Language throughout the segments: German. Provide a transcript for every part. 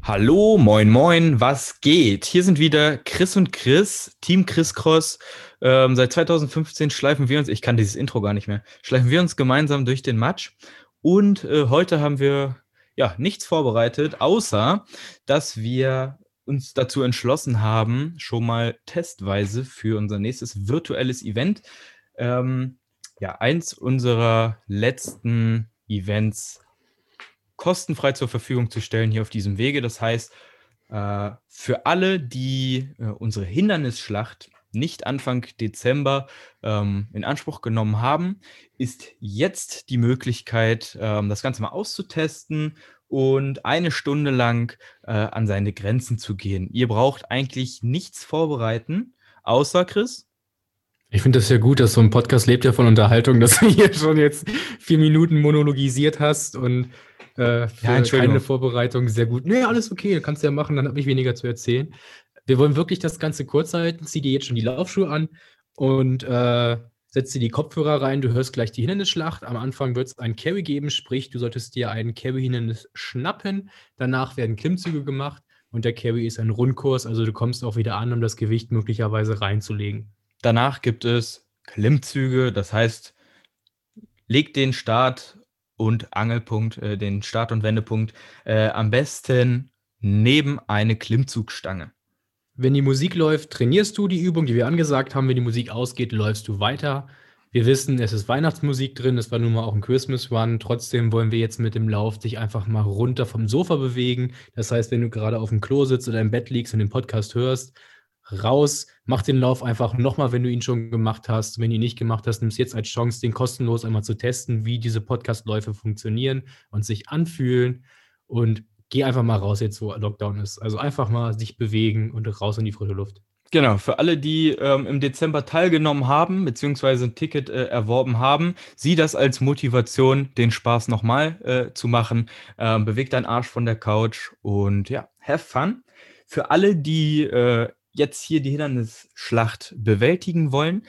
Hallo, moin, moin, was geht? Hier sind wieder Chris und Chris, Team Chris Cross. Seit 2015 schleifen wir uns, ich kann dieses Intro gar nicht mehr, schleifen wir uns gemeinsam durch den Matsch. Und heute haben wir ja nichts vorbereitet, außer dass wir uns dazu entschlossen haben, schon mal testweise für unser nächstes virtuelles Event, eins unserer letzten Events kostenfrei zur Verfügung zu stellen hier auf diesem Wege. Das heißt, für alle, die unsere Hindernisschlacht nicht Anfang Dezember in Anspruch genommen haben, ist jetzt die Möglichkeit, das Ganze mal auszutesten und eine Stunde lang an seine Grenzen zu gehen. Ihr braucht eigentlich nichts vorbereiten, außer Chris. Ich finde das ja gut, dass so ein Podcast lebt ja von Unterhaltung, dass du hier schon jetzt 4 Minuten monologisiert hast und für Entschuldigung. keine Vorbereitung sehr gut. Nee, alles okay, kannst du ja machen, dann habe ich weniger zu erzählen. Wir wollen wirklich das Ganze kurz halten. Zieh dir jetzt schon die Laufschuhe an und setz dir die Kopfhörer rein. Du hörst gleich die Hindernisschlacht. Am Anfang wird es einen Carry geben, sprich, du solltest dir einen Carry-Hindernis schnappen. Danach werden Klimmzüge gemacht und der Carry ist ein Rundkurs, also du kommst auch wieder an, um das Gewicht möglicherweise reinzulegen. Danach gibt es Klimmzüge, das heißt, legt den Start- und Angelpunkt, den Start- und Wendepunkt am besten neben eine Klimmzugstange. Wenn die Musik läuft, trainierst du die Übung, die wir angesagt haben. Wenn die Musik ausgeht, läufst du weiter. Wir wissen, es ist Weihnachtsmusik drin, es war nun mal auch ein Christmas Run. Trotzdem wollen wir jetzt mit dem Lauf dich einfach mal runter vom Sofa bewegen. Das heißt, wenn du gerade auf dem Klo sitzt oder im Bett liegst und den Podcast hörst, raus, mach den Lauf einfach nochmal, wenn du ihn schon gemacht hast. Wenn du ihn nicht gemacht hast, nimmst jetzt als Chance, den kostenlos einmal zu testen, wie diese Podcast-Läufe funktionieren und sich anfühlen. Und geh einfach mal raus jetzt, wo Lockdown ist. Also einfach mal sich bewegen und raus in die frische Luft. Genau, für alle, die im Dezember teilgenommen haben, beziehungsweise ein Ticket erworben haben, sieh das als Motivation, den Spaß nochmal zu machen. Beweg deinen Arsch von der Couch und ja, have fun. Für alle, die jetzt hier die Hindernisschlacht bewältigen wollen,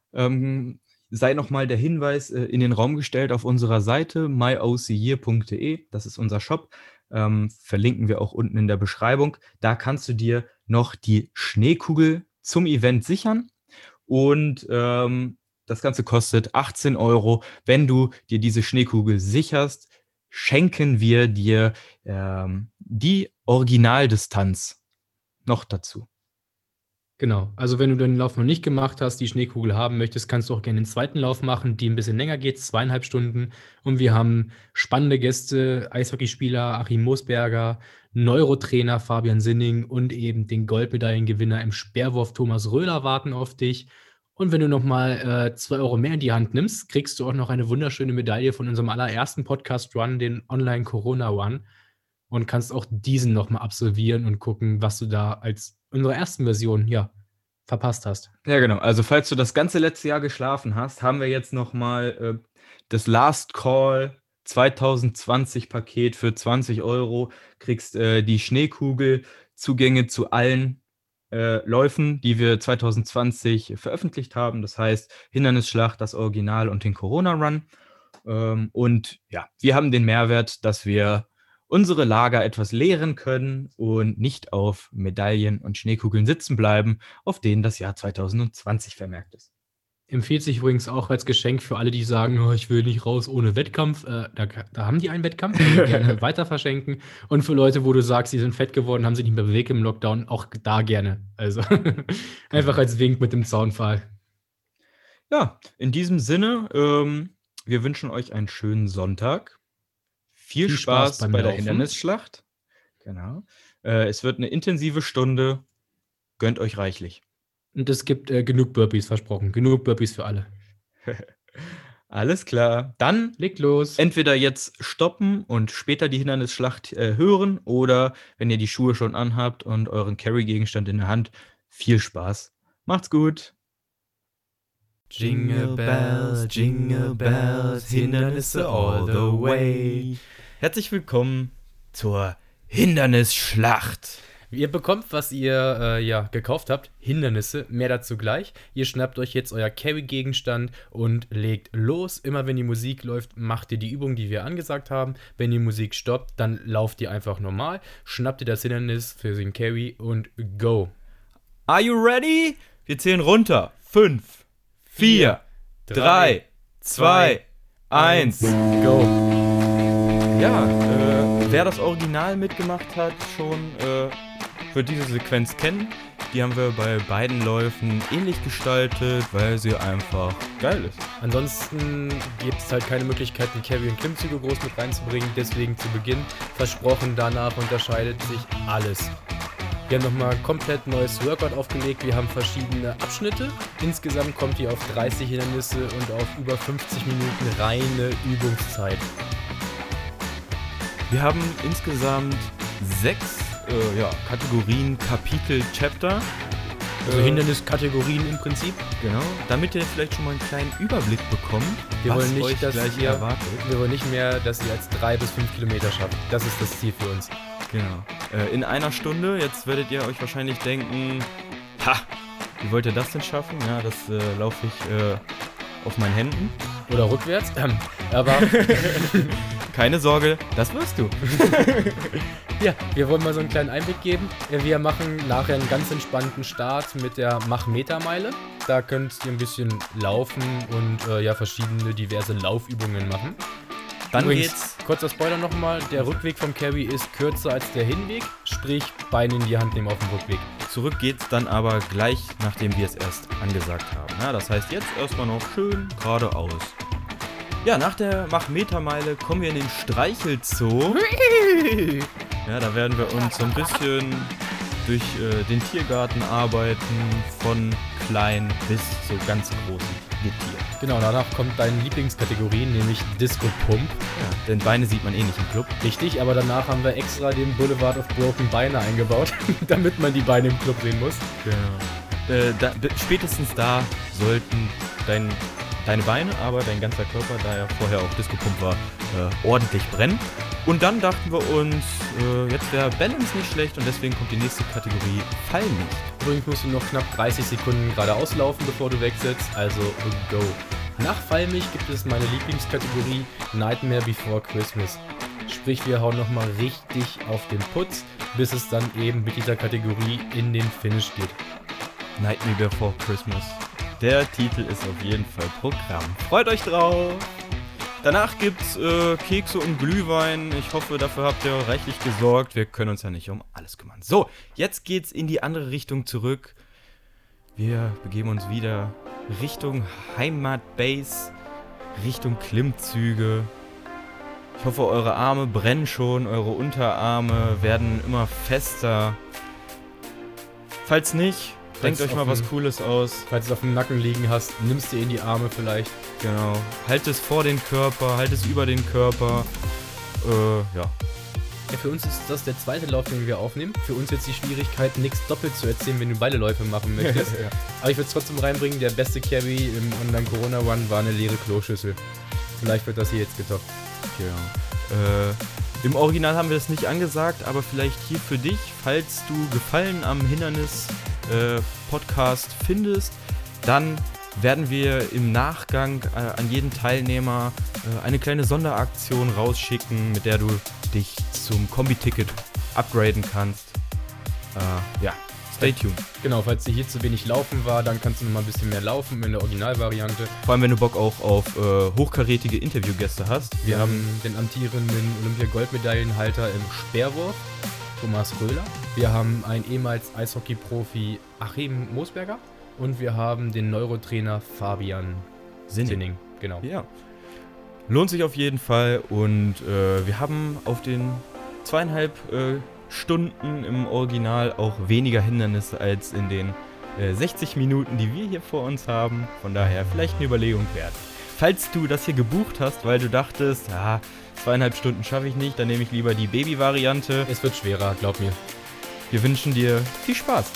sei nochmal der Hinweis in den Raum gestellt auf unserer Seite myocyear.de. Das ist unser Shop. Verlinken wir auch unten in der Beschreibung. Da kannst du dir noch die Schneekugel zum Event sichern. Und das Ganze kostet 18 Euro. Wenn du dir diese Schneekugel sicherst, schenken wir dir die Originaldistanz noch dazu. Genau. Also wenn du den Lauf noch nicht gemacht hast, die Schneekugel haben möchtest, kannst du auch gerne den zweiten Lauf machen, die ein bisschen länger geht, 2,5 Stunden. Und wir haben spannende Gäste, Eishockeyspieler Achim Moosberger, Neurotrainer Fabian Sinning und eben den Goldmedaillengewinner im Speerwurf Thomas Röhler warten auf dich. Und wenn du nochmal 2 Euro mehr in die Hand nimmst, kriegst du auch noch eine wunderschöne Medaille von unserem allerersten Podcast-Run, den Online-Corona-Run. Und kannst auch diesen nochmal absolvieren und gucken, was du da als unsere ersten Version, ja, verpasst hast. Ja, genau. Also falls du das ganze letzte Jahr geschlafen hast, haben wir jetzt nochmal das Last Call 2020 Paket für 20 Euro. Kriegst die Schneekugel, Zugänge zu allen Läufen, die wir 2020 veröffentlicht haben. Das heißt Hindernisschlacht, das Original und den Corona-Run. Und ja, wir haben den Mehrwert, dass wir unsere Lager etwas leeren können und nicht auf Medaillen und Schneekugeln sitzen bleiben, auf denen das Jahr 2020 vermerkt ist. Empfiehlt sich übrigens auch als Geschenk für alle, die sagen, oh, ich will nicht raus ohne Wettkampf. Da haben die einen Wettkampf, können wir gerne weiter verschenken. Und für Leute, wo du sagst, die sind fett geworden, haben sich nicht mehr bewegt im Lockdown, auch da gerne. Also einfach als Wink mit dem Zaunpfahl. Ja, in diesem Sinne, wir wünschen euch einen schönen Sonntag. Viel Spaß Spaß beim bei der Laufen. Hindernisschlacht. Genau. Es wird eine intensive Stunde. Gönnt euch reichlich. Und es gibt genug Burpees, versprochen. Genug Burpees für alle. Alles klar. Dann Legt los. entweder jetzt stoppen und später die Hindernisschlacht hören oder wenn ihr die Schuhe schon anhabt und euren Carry-Gegenstand in der Hand, viel Spaß. Macht's gut. Jingle bells, Hindernisse all the way. Herzlich willkommen zur Hindernisschlacht. Ihr bekommt, was ihr gekauft habt, Hindernisse, mehr dazu gleich. Ihr schnappt euch jetzt euer Carry-Gegenstand und legt los. Immer wenn die Musik läuft, macht ihr die Übung, die wir angesagt haben. Wenn die Musik stoppt, dann lauft ihr einfach normal, schnappt ihr das Hindernis für den Carry und go. Are you ready? Wir zählen runter. 5, 4, 3, 2, 1, go. Ja, wer das Original mitgemacht hat, schon wird diese Sequenz kennen. Die haben wir bei beiden Läufen ähnlich gestaltet, weil sie einfach geil ist. Ansonsten gibt es halt keine Möglichkeiten, Carry und Klimmzüge groß mit reinzubringen. Deswegen zu Beginn versprochen, danach unterscheidet sich alles. Wir haben nochmal komplett neues Workout aufgelegt. Wir haben verschiedene Abschnitte. Insgesamt kommt ihr auf 30 Hindernisse und auf über 50 Minuten reine Übungszeit. Wir haben insgesamt 6 Kategorien, Kapitel, Chapter. Also Hinderniskategorien im Prinzip. Genau, damit ihr vielleicht schon mal einen kleinen Überblick bekommt, Wir was wollen nicht, euch dass gleich ihr- erwartet. Wir wollen nicht mehr, dass ihr als 3 bis 5 Kilometer schafft. Das ist das Ziel für uns. Genau. In einer Stunde, jetzt werdet ihr euch wahrscheinlich denken, wie wollt ihr das denn schaffen? Ja, das laufe ich auf meinen Händen. Oder rückwärts. Aber Keine Sorge, das wirst du. ja, wir wollen mal so einen kleinen Einblick geben. Wir machen nachher einen ganz entspannten Start mit der Mach-Meter-Meile. Da könnt ihr ein bisschen laufen und verschiedene diverse Laufübungen machen. Dann Übrigens, geht's. kurzer Spoiler nochmal, der Rückweg vom Carry ist kürzer als der Hinweg, sprich Beine in die Hand nehmen auf dem Rückweg. Zurück geht's dann aber gleich, nachdem wir es erst angesagt haben. Ja, das heißt jetzt erstmal noch schön geradeaus. Ja, nach der Mach-Meter-Meile kommen wir in den Streichelzoo. Ja, da werden wir uns so ein bisschen durch den Tiergarten arbeiten, von klein bis zu ganz großen Getier. Genau, danach kommt deine Lieblingskategorie, nämlich Disco Pump. Ja, denn Beine sieht man eh nicht im Club. Richtig, aber danach haben wir extra den Boulevard of Broken Beine eingebaut, damit man die Beine im Club sehen muss. Genau. Spätestens da sollten deine Beine, aber dein ganzer Körper, da ja vorher auch Disco-Pump war, ordentlich brennen. Und dann dachten wir uns, jetzt wäre Balance nicht schlecht und deswegen kommt die nächste Kategorie, Fall nicht. Übrigens musst du noch knapp 30 Sekunden geradeaus laufen, bevor du wechselst, also go. Nach Fallmilch gibt es meine Lieblingskategorie Nightmare Before Christmas. Sprich, wir hauen nochmal richtig auf den Putz, bis es dann eben mit dieser Kategorie in den Finish geht. Nightmare Before Christmas. Der Titel ist auf jeden Fall Programm. Freut euch drauf! Danach gibt's Kekse und Glühwein. Ich hoffe, dafür habt ihr reichlich gesorgt. Wir können uns ja nicht um alles kümmern. So, jetzt geht's in die andere Richtung zurück. Wir begeben uns wieder Richtung Heimatbase, Richtung Klimmzüge. Ich hoffe, eure Arme brennen schon, eure Unterarme werden immer fester. Falls nicht, denkt euch mal was Cooles aus. Falls du es auf dem Nacken liegen hast, nimmst du in die Arme vielleicht. Genau. Halt es vor den Körper, halt es über den Körper. Ja. Ja, für uns ist das der zweite Lauf, den wir aufnehmen. Für uns jetzt die Schwierigkeit, nichts doppelt zu erzählen, wenn du beide Läufe machen möchtest. Ja. Aber ich würde es trotzdem reinbringen, der beste Carry im Online-Corona-Run war eine leere Kloschüssel. Vielleicht wird das hier jetzt getoppt. Genau. Im Original haben wir das nicht angesagt, aber vielleicht hier für dich, falls du Gefallen am Hindernis-Podcast findest, dann werden wir im Nachgang an jeden Teilnehmer eine kleine Sonderaktion rausschicken, mit der du dich zum Kombi-Ticket upgraden kannst. Ja, stay tuned. Genau, falls dir hier zu wenig Laufen war, dann kannst du noch mal ein bisschen mehr laufen in der Originalvariante. Vor allem, wenn du Bock auch auf hochkarätige Interviewgäste hast. Wir haben den amtierenden Olympia-Goldmedaillenhalter im Speerwurf, Thomas Röhler. Wir haben einen ehemals Eishockey-Profi Achim Moosberger. Und wir haben den Neurotrainer Fabian Sinning. Genau. Ja. Lohnt sich auf jeden Fall. Und wir haben auf den 2,5 Stunden im Original auch weniger Hindernisse als in den 60 Minuten, die wir hier vor uns haben. Von daher vielleicht eine Überlegung wert. Falls du das hier gebucht hast, weil du dachtest, 2,5 Stunden schaffe ich nicht, dann nehme ich lieber die Baby-Variante. Es wird schwerer, glaub mir. Wir wünschen dir viel Spaß.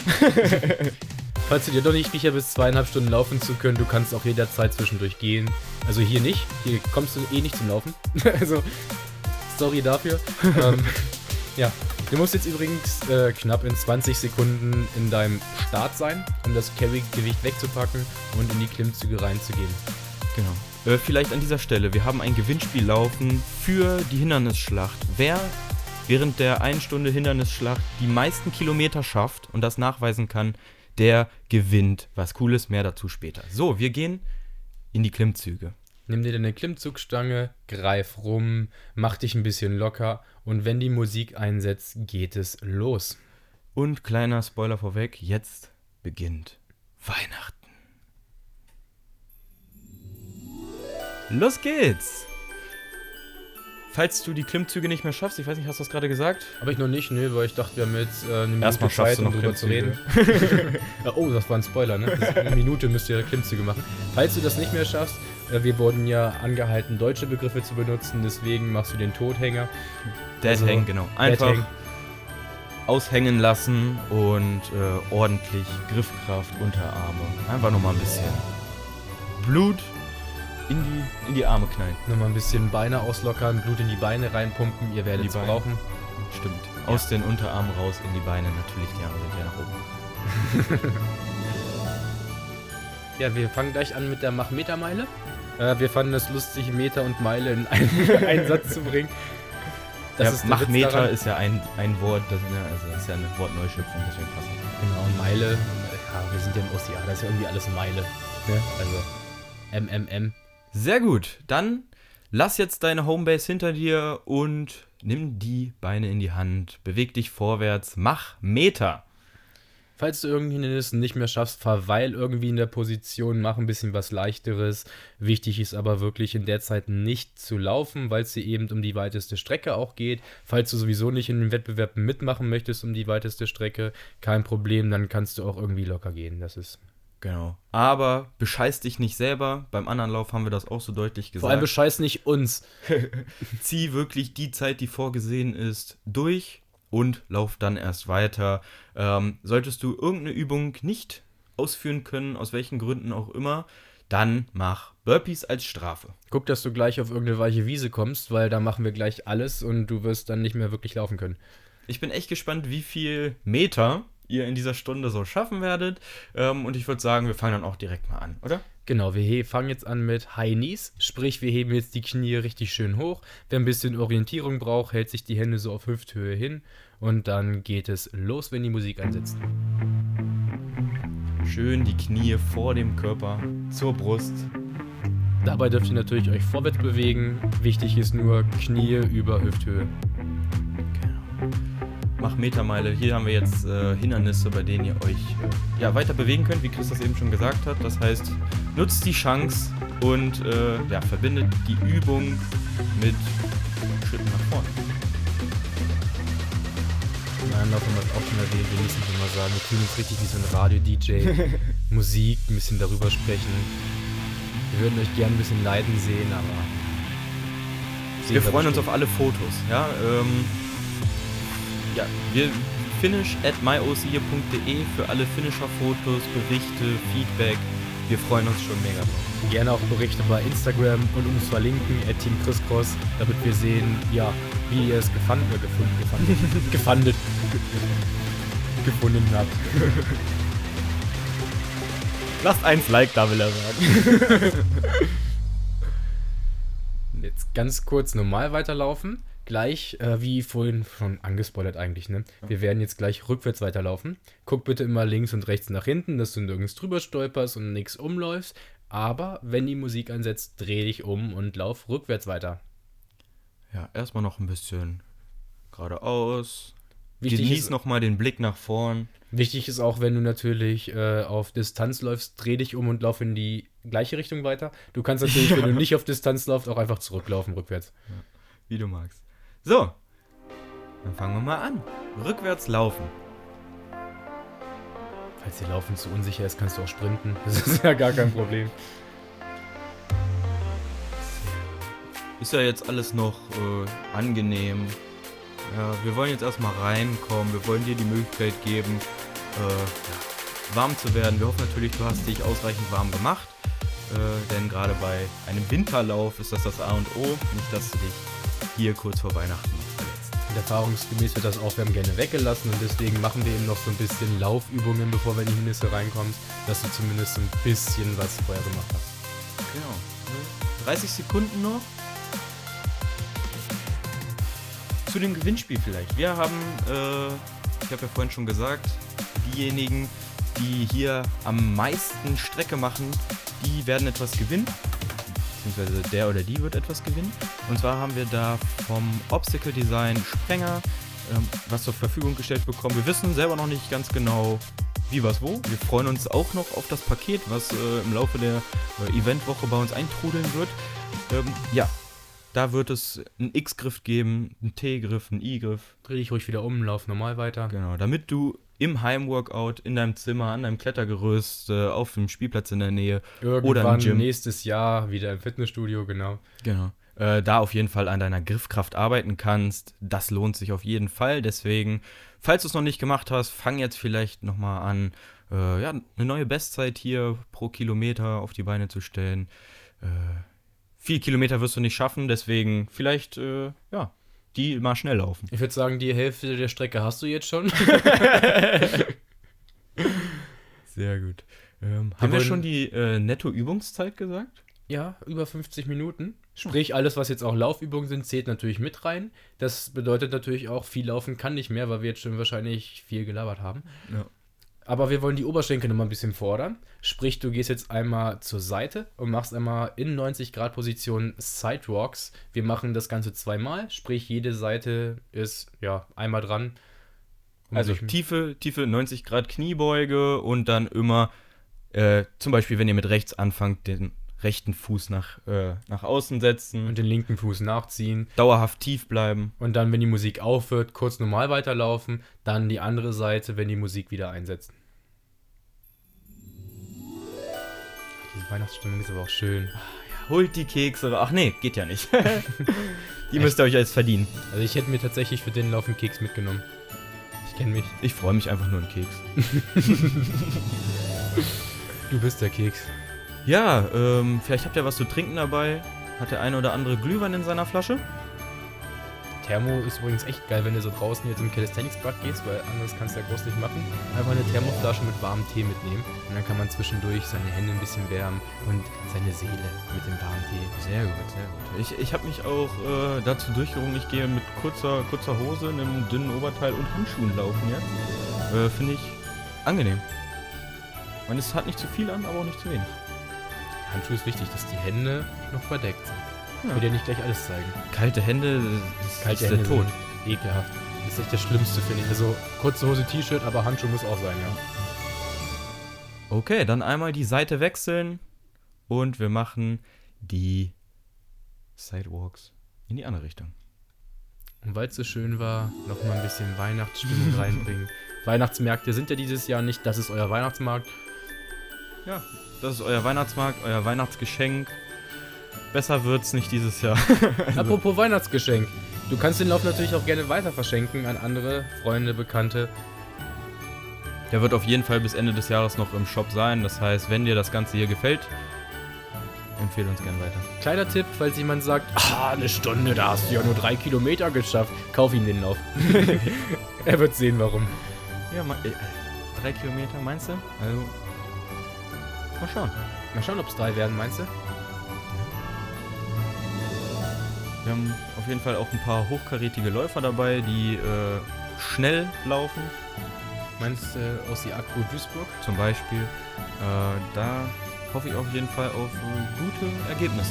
Falls du dir doch nicht sicher bist, 2,5 Stunden laufen zu können, du kannst auch jederzeit zwischendurch gehen. Also hier nicht, hier kommst du eh nicht zum Laufen. Also, sorry dafür. Ja, Du musst jetzt übrigens knapp in 20 Sekunden in deinem Start sein, um das Carry-Gewicht wegzupacken und in die Klimmzüge reinzugehen. Genau. Vielleicht an dieser Stelle, wir haben ein Gewinnspiel laufen für die Hindernisschlacht. Wer während der 1 Stunde Hindernisschlacht die meisten Kilometer schafft und das nachweisen kann, der gewinnt was Cooles, mehr dazu später. So, wir gehen in die Klimmzüge. Nimm dir deine Klimmzugstange, greif rum, mach dich ein bisschen locker und wenn die Musik einsetzt, geht es los. Und kleiner Spoiler vorweg, jetzt beginnt Weihnachten. Los geht's! Falls du die Klimmzüge nicht mehr schaffst, ich weiß nicht, hast du das gerade gesagt? Habe ich noch nicht, ne, weil ich dachte, wir haben jetzt eine Minute Erstmal schaffst Zeit, du um noch drüber zu reden. Klimmzüge. Oh, das war ein Spoiler, ne? Eine Minute müsst ihr Klimmzüge machen. Falls du das nicht mehr schaffst, wir wurden ja angehalten, deutsche Begriffe zu benutzen, deswegen machst du den Tothänger. Dead Hang, genau. Einfach Dead Hang. aushängen lassen und ordentlich Griffkraft, Unterarme. Einfach nochmal ein bisschen Blut in die Arme knallen. Nochmal ein bisschen Beine auslockern, Blut in die Beine reinpumpen, ihr werdet es Beine. brauchen. Stimmt. Aus den Unterarmen raus in die Beine. Natürlich, die Arme sind ja nach oben. Ja, wir fangen gleich an mit der Mach-Meter-Meile. Wir fanden es lustig, Meter und Meile in einen Satz zu bringen. Das ist der Witz Mach-Meter daran. ist ja ein Wort, das ist ja eine Wortneuschöpfung, deswegen passt das. Genau, Meile. Ja, wir sind ja im OCA, das ist ja irgendwie alles Meile. Ne? Also MMM. Sehr gut. Dann lass jetzt deine Homebase hinter dir und nimm die Beine in die Hand. Beweg dich vorwärts. Mach Meter. Falls du irgendwie Hindernis nicht mehr schaffst, verweil irgendwie in der Position, mach ein bisschen was Leichteres. Wichtig ist aber wirklich in der Zeit nicht zu laufen, weil es dir eben um die weiteste Strecke auch geht. Falls du sowieso nicht in den Wettbewerben mitmachen möchtest um die weiteste Strecke, kein Problem, dann kannst du auch irgendwie locker gehen. Das ist Genau. Aber bescheiß dich nicht selber. Beim anderen Lauf haben wir das auch so deutlich gesagt. vor allem bescheiß nicht uns. Zieh wirklich die Zeit, die vorgesehen ist, durch und lauf dann erst weiter. Solltest du irgendeine Übung nicht ausführen können, aus welchen Gründen auch immer, dann mach Burpees als Strafe. Guck, dass du gleich auf irgendeine weiche Wiese kommst, weil da machen wir gleich alles und du wirst dann nicht mehr wirklich laufen können. Ich bin echt gespannt, wie viel Meter ihr in dieser Stunde so schaffen werdet. Und ich würde sagen, wir fangen dann auch direkt mal an, oder? Genau, wir fangen jetzt an mit High Knees, sprich wir heben jetzt die Knie richtig schön hoch. Wer ein bisschen Orientierung braucht, hält sich die Hände so auf Hüfthöhe hin und dann geht es los, wenn die Musik einsetzt. Schön die Knie vor dem Körper zur Brust. Dabei dürft ihr natürlich euch vorwärts bewegen. Wichtig ist nur Knie über Hüfthöhe. Genau. Mach Metermeile. Hier haben wir jetzt Hindernisse, bei denen ihr euch weiter bewegen könnt, wie Chris das eben schon gesagt hat. Das heißt, nutzt die Chance und verbindet die Übung mit Schritten nach vorne. Nein, davon haben wir auch schon erwähnt, wir müssen schon mal sagen, wir fühlen uns richtig wie so ein Radio-DJ. Musik, ein bisschen darüber sprechen. Wir würden euch gerne ein bisschen leiden sehen, aber... Wir freuen uns auf alle Fotos. Wir finish@myoce.de für alle Finisher-Fotos, Berichte, Feedback. Wir freuen uns schon mega drauf. Gerne auch Berichte bei Instagram und uns verlinken, @teamchriscross, damit wir sehen, wie ihr es gefunden habt. Lasst 1 Like da, will er sagen. Jetzt ganz kurz normal weiterlaufen. Gleich, wie vorhin schon angespoilert eigentlich, ne? Wir werden jetzt gleich rückwärts weiterlaufen. Guck bitte immer links und rechts nach hinten, dass du nirgends drüber stolperst und nichts umläufst. Aber wenn die Musik einsetzt, dreh dich um und lauf rückwärts weiter. Ja, erstmal noch ein bisschen geradeaus. Wichtig Genieß ist, nochmal den Blick nach vorn. wichtig ist auch, wenn du natürlich auf Distanz läufst, dreh dich um und lauf in die gleiche Richtung weiter. Du kannst natürlich, wenn du nicht auf Distanz läufst, auch einfach zurücklaufen, rückwärts. Ja, wie du magst. So, dann fangen wir mal an. Rückwärts laufen. Falls dir Laufen zu unsicher ist, kannst du auch sprinten. Das ist ja gar kein Problem. Ist ja jetzt alles noch angenehm. Ja, wir wollen jetzt erstmal reinkommen. Wir wollen dir die Möglichkeit geben, warm zu werden. Wir hoffen natürlich, du hast dich ausreichend warm gemacht. Denn gerade bei einem Winterlauf ist das A und O. Nicht, dass du dich hier kurz vor Weihnachten noch verletzt. erfahrungsgemäß wird das Aufwärmen gerne weggelassen und deswegen machen wir eben noch so ein bisschen Laufübungen, bevor wir in die Hindernisse reinkommen, dass du zumindest so ein bisschen was vorher gemacht hast. Genau. 30 Sekunden noch. Zu dem Gewinnspiel vielleicht. Wir haben, ich habe ja vorhin schon gesagt, diejenigen, die hier am meisten Strecke machen, die werden etwas gewinnen. Beziehungsweise der oder die wird etwas gewinnen. Und zwar haben wir da vom Obstacle Design Sprenger was zur Verfügung gestellt bekommen. Wir wissen selber noch nicht ganz genau, wie, was, wo. Wir freuen uns auch noch auf das Paket, was im Laufe der Eventwoche bei uns eintrudeln wird. Ja, da wird es einen X-Griff geben, einen T-Griff, einen I-Griff. Dreh dich ruhig wieder um, lauf normal weiter. Genau, damit du im Heimworkout, in deinem Zimmer, an deinem Klettergerüst, auf dem Spielplatz in der Nähe oder im Gym. Nächstes Jahr wieder im Fitnessstudio, genau. Genau. Da auf jeden Fall an deiner Griffkraft arbeiten kannst. Das lohnt sich auf jeden Fall. Deswegen, falls du es noch nicht gemacht hast, fang jetzt vielleicht nochmal an, eine neue Bestzeit hier pro Kilometer auf die Beine zu stellen. 4 Kilometer wirst du nicht schaffen, deswegen vielleicht, die mal schnell laufen. Ich würde sagen, die Hälfte der Strecke hast du jetzt schon. Sehr gut. Haben wir schon die Netto-Übungszeit gesagt? Ja, über 50 Minuten. Sprich, alles, was jetzt auch Laufübungen sind, zählt natürlich mit rein. Das bedeutet natürlich auch, viel laufen kann nicht mehr, weil wir jetzt schon wahrscheinlich viel gelabert haben. Ja. Aber wir wollen die Oberschenkel nochmal ein bisschen fordern. Sprich, du gehst jetzt einmal zur Seite und machst einmal in 90-Grad-Position Sidewalks. Wir machen das Ganze 2-mal. Sprich, jede Seite ist einmal dran. Also tiefe 90-Grad Kniebeuge und dann immer, zum Beispiel, wenn ihr mit rechts anfangt, den rechten Fuß nach außen setzen. Und den linken Fuß nachziehen. Dauerhaft tief bleiben. Und dann, wenn die Musik aufhört, kurz normal weiterlaufen. Dann die andere Seite, wenn die Musik wieder einsetzt. Die Weihnachtsstimmung ist aber auch schön. Holt die Kekse. Ach nee, geht ja nicht. Die müsst ihr euch jetzt verdienen. Also ich hätte mir tatsächlich für den Lauf einen Keks mitgenommen. Ich kenne mich. Ich freue mich einfach nur einen Keks. Du bist der Keks. Ja, vielleicht habt ihr was zu trinken dabei. Hat der eine oder andere Glühwein in seiner Flasche? Thermo ist übrigens echt geil, wenn du so draußen jetzt im Calisthenics-Bad gehst, weil anderes kannst du ja groß nicht machen. Einfach eine Thermoflasche mit warmem Tee mitnehmen und dann kann man zwischendurch seine Hände ein bisschen wärmen und seine Seele mit dem warmen Tee. Sehr gut, sehr gut. Ich habe mich auch dazu durchgerungen, ich gehe mit kurzer Hose, einem dünnen Oberteil und Handschuhen laufen jetzt. Finde ich angenehm. Man, es hat nicht zu viel an, aber auch nicht zu wenig. Handschuhe ist wichtig, dass die Hände noch verdeckt sind. Ich will dir nicht gleich alles zeigen. Kalte Hände, das ist der Tod. Ekelhaft. Das ist echt das Schlimmste, finde ich. Also kurze Hose, T-Shirt, aber Handschuh muss auch sein, ja. Okay, dann einmal die Seite wechseln und wir machen die Sidewalks in die andere Richtung. Und weil es so schön war, noch mal ein bisschen Weihnachtsstimmung reinbringen. Weihnachtsmärkte sind ja dieses Jahr nicht, das ist euer Weihnachtsmarkt. Ja, das ist euer Weihnachtsmarkt, euer Weihnachtsgeschenk. Besser wird's nicht dieses Jahr. Also. Apropos Weihnachtsgeschenk. Du kannst den Lauf natürlich auch gerne weiter verschenken an andere Freunde, Bekannte. Der wird auf jeden Fall bis Ende des Jahres noch im Shop sein. Das heißt, wenn dir das Ganze hier gefällt, empfehle uns gerne weiter. Kleiner Tipp, falls jemand sagt, eine Stunde, da hast du ja nur 3 Kilometer geschafft. Kauf ihm den Lauf. Er wird sehen, warum. Ja, 3 Kilometer, meinst du? Also, mal schauen. Mal schauen, ob es 3 werden, meinst du? Wir haben auf jeden Fall auch ein paar hochkarätige Läufer dabei, die schnell laufen. Meinst du aus die Agro Duisburg? Zum Beispiel. Da hoffe ich auf jeden Fall auf gute Ergebnisse.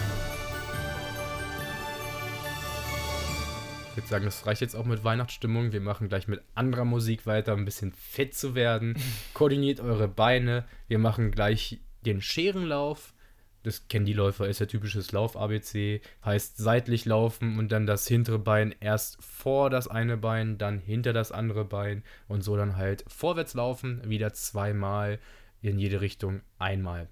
Ich würde sagen, das reicht jetzt auch mit Weihnachtsstimmung. Wir machen gleich mit anderer Musik weiter, um ein bisschen fit zu werden. Koordiniert eure Beine. Wir machen gleich den Scherenlauf. Das kennen die Läufer, ist ja typisches Lauf-ABC. Heißt seitlich laufen und dann das hintere Bein erst vor das eine Bein, dann hinter das andere Bein und so dann halt vorwärts laufen, wieder 2-mal in jede Richtung, einmal.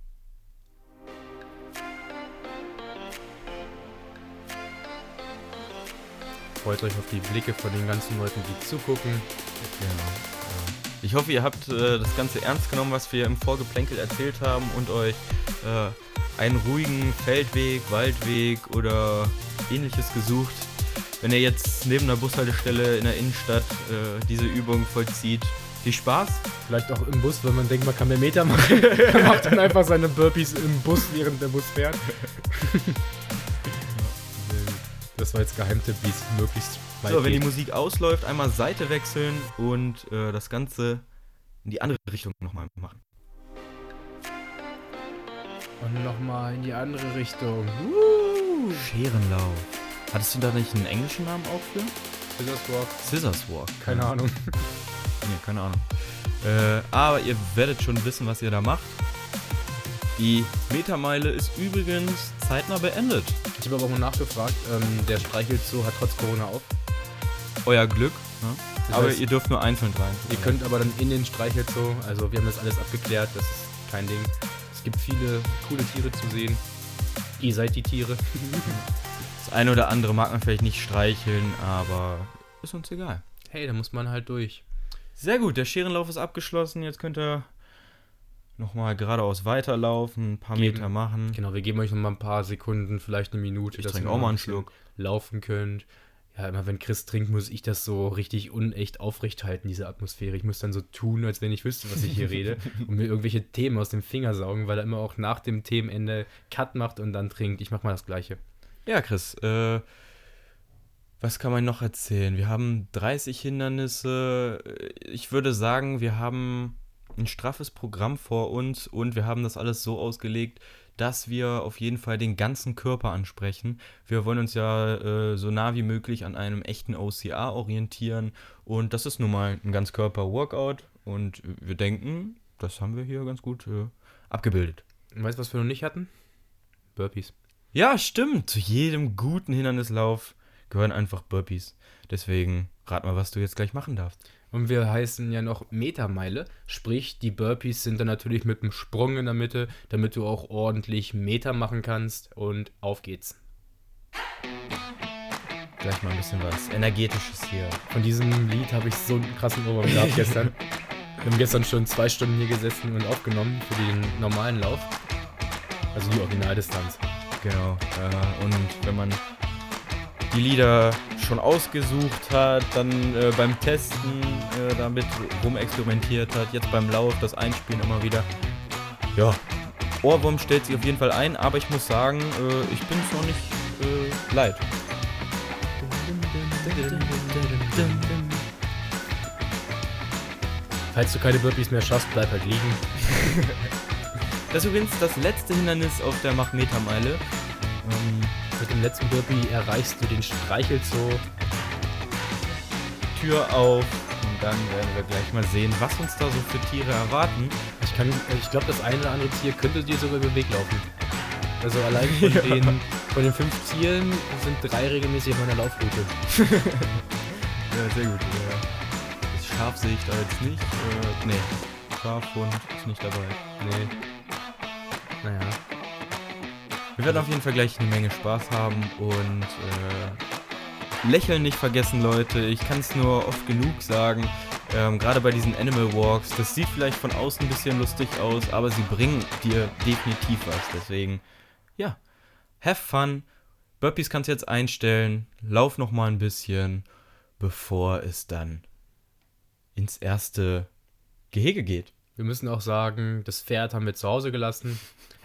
Freut euch auf die Blicke von den ganzen Leuten, die zugucken. Genau. Ich hoffe, ihr habt das Ganze ernst genommen, was wir im Vorgeplänkel erzählt haben und euch einen ruhigen Feldweg, Waldweg oder ähnliches gesucht. wenn ihr jetzt neben einer Bushaltestelle in der Innenstadt diese Übung vollzieht, viel Spaß. Vielleicht auch im Bus, wenn man denkt, man kann mehr Meter machen. Man macht dann einfach seine Burpees im Bus, während der Bus fährt. Das war jetzt Geheimtipp, wie es möglichst weit So, wenn die geht. Musik ausläuft, einmal Seite wechseln und das Ganze in die andere Richtung nochmal machen. Und nochmal in die andere Richtung. Scherenlauf. Hattest du da nicht einen englischen Namen auch für? Scissors Walk. Scissors Walk. Keine Ahnung. Nee, keine Ahnung. Aber ihr werdet schon wissen, was ihr da macht. Die Metermeile ist übrigens zeitnah beendet. Ich habe aber auch mal nachgefragt, der Streichelzoo hat trotz Corona auf. Euer Glück. Ne? Das Aber heißt, ihr dürft nur einzeln rein. Ihr könnt aber dann in den Streichelzoo, also wir haben das alles abgeklärt, das ist kein Ding. Es gibt viele coole Tiere zu sehen. Ihr seid die Tiere. Das eine oder andere mag man vielleicht nicht streicheln, aber ist uns egal. Hey, da muss man halt durch. Sehr gut, der Scherenlauf ist abgeschlossen. Jetzt könnt ihr nochmal geradeaus weiterlaufen, ein paar Meter machen. Genau, wir geben euch nochmal ein paar Sekunden, vielleicht eine Minute, Ich dass trinke ihr auch mal einen bisschen Schluck. laufen könnt. Ja, immer wenn Chris trinkt, muss ich das so richtig unecht aufrecht halten, diese Atmosphäre. Ich muss dann so tun, als wenn ich wüsste, was ich hier rede und mir irgendwelche Themen aus dem Finger saugen, weil er immer auch nach dem Themenende Cut macht und dann trinkt. Ich mach mal das Gleiche. Ja, Chris, was kann man noch erzählen? Wir haben 30 Hindernisse. Ich würde sagen, wir haben ein straffes Programm vor uns und wir haben das alles so ausgelegt, dass wir auf jeden Fall den ganzen Körper ansprechen. Wir wollen uns ja so nah wie möglich an einem echten OCR orientieren und das ist nun mal ein Ganzkörper-Workout und wir denken, das haben wir hier ganz gut abgebildet. Und weißt du, was wir noch nicht hatten? Burpees. Ja, stimmt. Zu jedem guten Hindernislauf gehören einfach Burpees. Deswegen rat mal, was du jetzt gleich machen darfst. Und wir heißen ja noch Metermeile, sprich die Burpees sind dann natürlich mit einem Sprung in der Mitte, damit du auch ordentlich Meter machen kannst und auf geht's. Gleich mal ein bisschen was Energetisches hier. Von diesem Lied habe ich so einen krassen Ohrwurm gehabt gestern. Wir haben gestern schon 2 Stunden hier gesessen und aufgenommen für den normalen Lauf. Also die Originaldistanz. Genau. Und wenn man die Lieder schon ausgesucht hat, dann beim Testen damit rumexperimentiert hat, jetzt beim Lauf das Einspielen immer wieder. Ja, Ohrwurm stellt sich auf jeden Fall ein, aber ich muss sagen, ich bin es noch nicht leid. Falls du keine Burpees mehr schaffst, bleib halt liegen. Das ist übrigens das letzte Hindernis auf der Mach-Meter-Meile. Mit dem letzten Burpee erreichst du den Streichelzoo. Tür auf und dann werden wir gleich mal sehen, was uns da so für Tiere erwarten. Ich glaube, das eine oder andere Tier könnte dir sogar über den Weg laufen. Also allein von den 5 Tieren sind 3 regelmäßig auf meiner Laufroute. Ja, sehr gut. Das Schaf sehe ich da jetzt nicht. Nee, Schafhund ist nicht dabei. Nee. Naja. Wir werden auf jeden Fall gleich eine Menge Spaß haben und Lächeln nicht vergessen, Leute. Ich kann es nur oft genug sagen. Gerade bei diesen Animal Walks, das sieht vielleicht von außen ein bisschen lustig aus, aber sie bringen dir definitiv was. Deswegen, ja, have fun. Burpees kannst du jetzt einstellen. Lauf noch mal ein bisschen, bevor es dann ins erste Gehege geht. Wir müssen auch sagen, das Pferd haben wir zu Hause gelassen.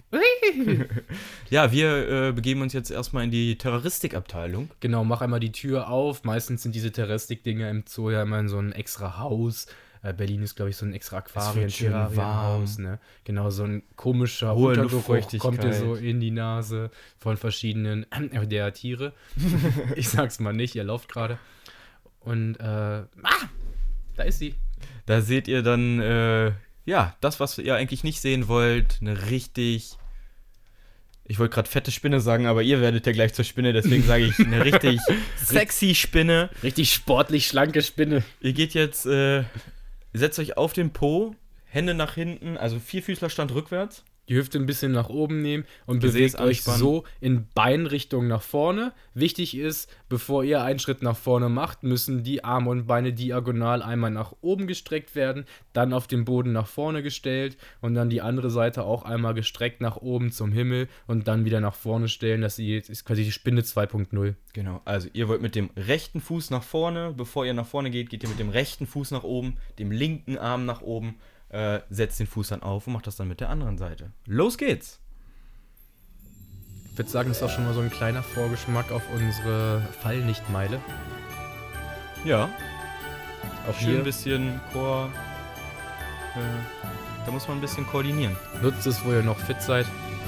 Ja, wir begeben uns jetzt erstmal in die Terroristikabteilung. Genau, mach einmal die Tür auf. Meistens sind diese Terroristik-Dinger im Zoo ja immer in so ein extra Haus. Berlin ist, glaube ich, so ein extra Aquarien, schön Terrarienhaus, ne? Genau, so ein komischer Hohe Untergeruch Luftfeuchtigkeit. kommt dir so in die Nase von verschiedenen der Tiere. Ich sag's mal nicht, ihr lauft gerade. Und, da ist sie. Da seht ihr dann, ja, das, was ihr eigentlich nicht sehen wollt, eine richtig, ich wollte gerade fette Spinne sagen, aber ihr werdet ja gleich zur Spinne, deswegen sage ich eine richtig sexy Spinne. Richtig sportlich schlanke Spinne. Ihr geht jetzt, setzt euch auf den Po, Hände nach hinten, also Vierfüßlerstand rückwärts. die Hüfte ein bisschen nach oben nehmen und Gesäß bewegt euch anspannen. so in Beinrichtung nach vorne. Wichtig ist, bevor ihr einen Schritt nach vorne macht, müssen die Arme und Beine diagonal einmal nach oben gestreckt werden, dann auf den Boden nach vorne gestellt und dann die andere Seite auch einmal gestreckt nach oben zum Himmel und dann wieder nach vorne stellen. Das ist quasi die Spinne 2.0. Genau, also ihr wollt mit dem rechten Fuß nach vorne, bevor ihr nach vorne geht, geht ihr mit dem rechten Fuß nach oben, dem linken Arm nach oben, setzt den Fuß dann auf und macht das dann mit der anderen Seite. Los geht's! Ich würde sagen, das ist auch schon mal so ein kleiner Vorgeschmack auf unsere Fallnichtmeile. Ja, Auch schön ein hier bisschen Chor. Da muss man ein bisschen koordinieren. nutzt es, wo ihr noch fit seid.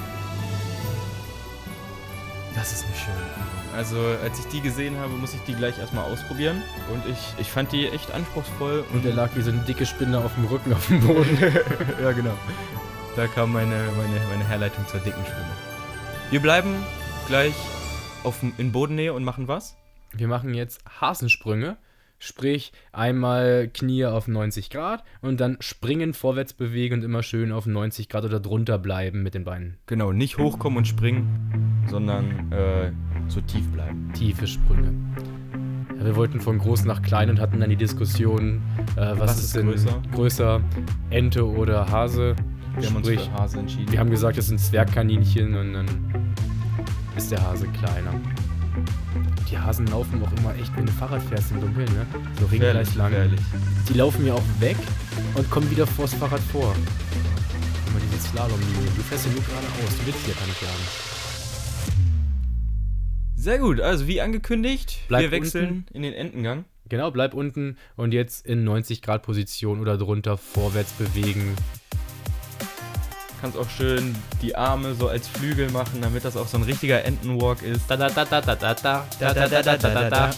Das ist eine schöne Übung. Also als ich die gesehen habe, muss ich die gleich erstmal ausprobieren. Und ich fand die echt anspruchsvoll. Und der lag wie so eine dicke Spinne auf dem Rücken auf dem Boden. Ja, genau. Da kam meine Herleitung zur dicken Spinne. Wir bleiben gleich in Bodennähe und machen was? Wir machen jetzt Hasensprünge, sprich einmal Knie auf 90 Grad und dann springen, vorwärts bewegen und immer schön auf 90 Grad oder drunter bleiben mit den Beinen. Genau, nicht hochkommen und springen, sondern so tief bleiben. Tiefe Sprünge. Ja, wir wollten von groß nach klein und hatten dann die Diskussion, was ist denn größer, Ente oder Hase? Wir haben uns Sprich, für Hase entschieden. wir haben gesagt, das sind Zwergkaninchen und dann ist der Hase kleiner. Die Hasen laufen auch immer echt, wenn du Fahrrad fährst im Dunkeln, ne? So regelrecht lang. gefährlich. Die laufen ja auch weg und kommen wieder vors Fahrrad vor. Immer diese Slalomlinie. Du fährst ja nur geradeaus. Du willst hier gar nicht jagen. Sehr gut, also wie angekündigt, Bleib wir wechseln in den Entengang. Genau, bleib unten und jetzt in 90 Grad Position oder drunter vorwärts bewegen. Kannst auch schön die Arme so als Flügel machen, damit das auch so ein richtiger Entenwalk ist. Da da da da da da da da da da da da da.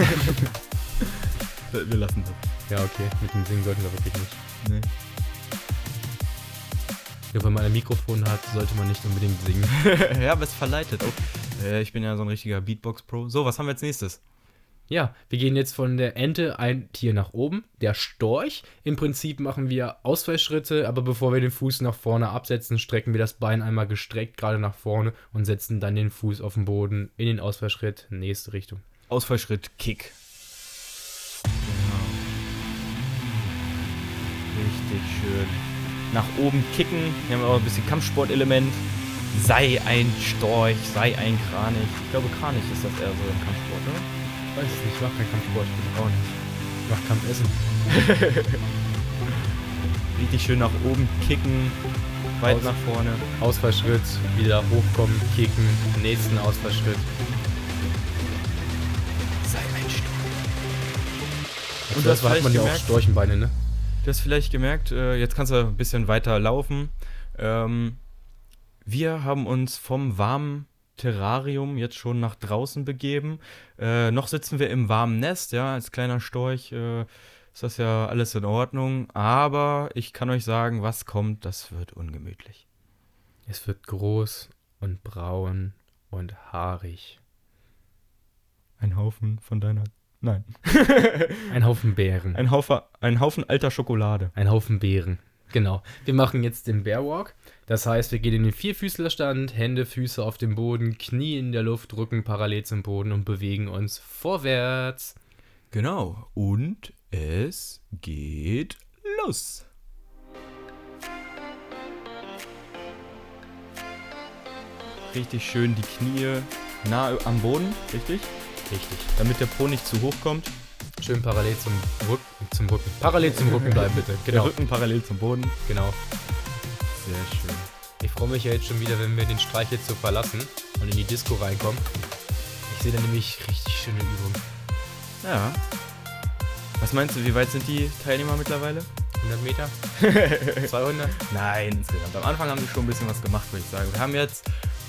Wir lassen das. Ja, okay. Mit dem Singen sollten wir wirklich nicht. Nee. Ja, wenn man ein Mikrofon hat, sollte man nicht unbedingt singen. Ja, aber es verleitet. Oh, ich bin ja so ein richtiger Beatbox-Pro. So, was haben wir als nächstes? Ja, wir gehen jetzt von der Ente ein Tier nach oben, der Storch. Im Prinzip machen wir Ausfallschritte, aber bevor wir den Fuß nach vorne absetzen, strecken wir das Bein einmal gestreckt gerade nach vorne und setzen dann den Fuß auf den Boden in den Ausfallschritt, nächste Richtung. Ausfallschritt, Kick. Genau. Richtig schön. Nach oben kicken. Hier haben wir auch ein bisschen Kampfsportelement. Sei ein Storch, sei ein Kranich. Ich glaube, Kranich ist das eher so im Kampfsport, oder? Ich weiß es nicht, ich mach keinen Kampfsport. Auch nicht. Ich mach Kampfessen. Richtig schön nach oben kicken. Weit nach vorne. Ausfallschritt, wieder hochkommen, kicken, nächsten Ausfallschritt. Sei ein Storch. Und das hat man ja auch Storchenbeine, ne? Du hast vielleicht gemerkt, jetzt kannst du ein bisschen weiter laufen. Wir haben uns vom warmen Terrarium jetzt schon nach draußen begeben. Noch sitzen wir im warmen Nest, ja, als kleiner Storch ist das ja alles in Ordnung. Aber ich kann euch sagen, was kommt, das wird ungemütlich. Es wird groß und braun und haarig. Ein Haufen von deiner... Nein. Ein Haufen Beeren. Ein Haufen alter Schokolade. Ein Haufen Beeren. Genau. Wir machen jetzt den Bearwalk. Das heißt, wir gehen in den Vierfüßlerstand, Hände, Füße auf dem Boden, Knie in der Luft, Rücken parallel zum Boden und bewegen uns vorwärts. Genau. Und es geht los. Richtig schön die Knie nah am Boden, richtig? Richtig. Damit der Po nicht zu hoch kommt. Schön parallel zum Rücken. Parallel zum Rücken bleiben, bitte. Der Genau. Rücken parallel zum Boden. Genau. Sehr schön. Ich freue mich ja jetzt schon wieder, wenn wir den Streich jetzt so verlassen und in die Disco reinkommen. Ich sehe da nämlich richtig schöne Übungen. Ja. Was meinst du, wie weit sind die Teilnehmer mittlerweile? 100 Meter? 200? Nein, insgesamt. Am Anfang haben sie schon ein bisschen was gemacht, würde ich sagen. Wir haben jetzt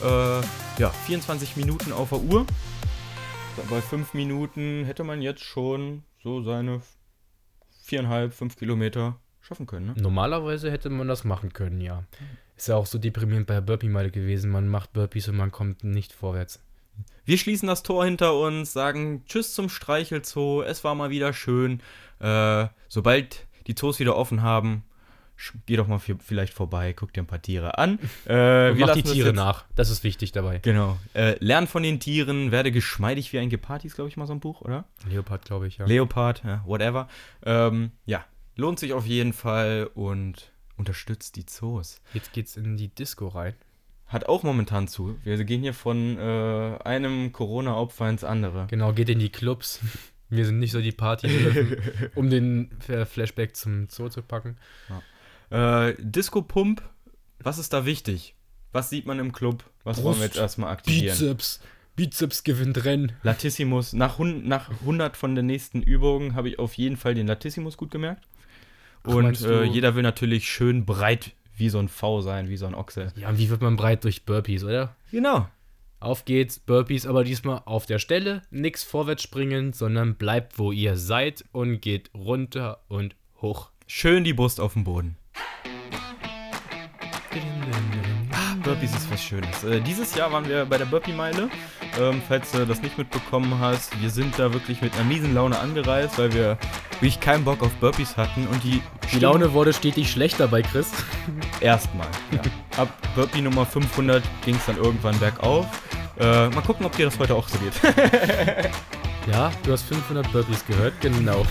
24 Minuten auf der Uhr. Bei 5 Minuten hätte man jetzt schon so seine 4,5, 5 Kilometer schaffen können, ne? Normalerweise hätte man das machen können, ja. Ist ja auch so deprimierend bei der Burpee-Meile gewesen. Man macht Burpees und man kommt nicht vorwärts. Wir schließen das Tor hinter uns, sagen Tschüss zum Streichelzoo. Es war mal wieder schön. Sobald die Zoos wieder offen haben, geh doch mal vielleicht vorbei, guck dir ein paar Tiere an. Mach die Tiere nach. Das ist wichtig dabei. Genau. Lern von den Tieren, werde geschmeidig wie ein Gepard, ist, glaube ich, mal so ein Buch, oder? Leopard, glaube ich, ja. Leopard, ja, whatever. Ja, lohnt sich auf jeden Fall und unterstützt die Zoos. Jetzt geht's in die Disco rein. Hat auch momentan zu. Wir gehen hier von einem Corona-Opfer ins andere. Genau, geht in die Clubs. Wir sind nicht so die Party, um den Flashback zum Zoo zu packen. Ja. Disco-Pump, was ist da wichtig? Was sieht man im Club? Was wollen wir jetzt erstmal aktivieren? Bizeps gewinnt Rennen. Latissimus. Nach 100 von den nächsten Übungen habe ich auf jeden Fall den Latissimus gut gemerkt. Und jeder will natürlich schön breit wie so ein V sein, wie so ein Ochse. Ja, und wie wird man breit durch Burpees, oder? Genau. Auf geht's, Burpees, aber diesmal auf der Stelle, nix vorwärts springen, sondern bleibt, wo ihr seid und geht runter und hoch. Schön die Brust auf dem Boden. Burpees ist was Schönes. Dieses Jahr waren wir bei der Burpee-Meile. Falls du das nicht mitbekommen hast, wir sind da wirklich mit einer miesen Laune angereist, weil wir wirklich keinen Bock auf Burpees hatten. Und die Laune wurde stetig schlechter bei Chris. Erstmal, ja. Ab Burpee Nummer 500 ging es dann irgendwann bergauf. Mal gucken, ob dir das heute auch so geht. Ja, du hast 500 Burpees gehört, genau.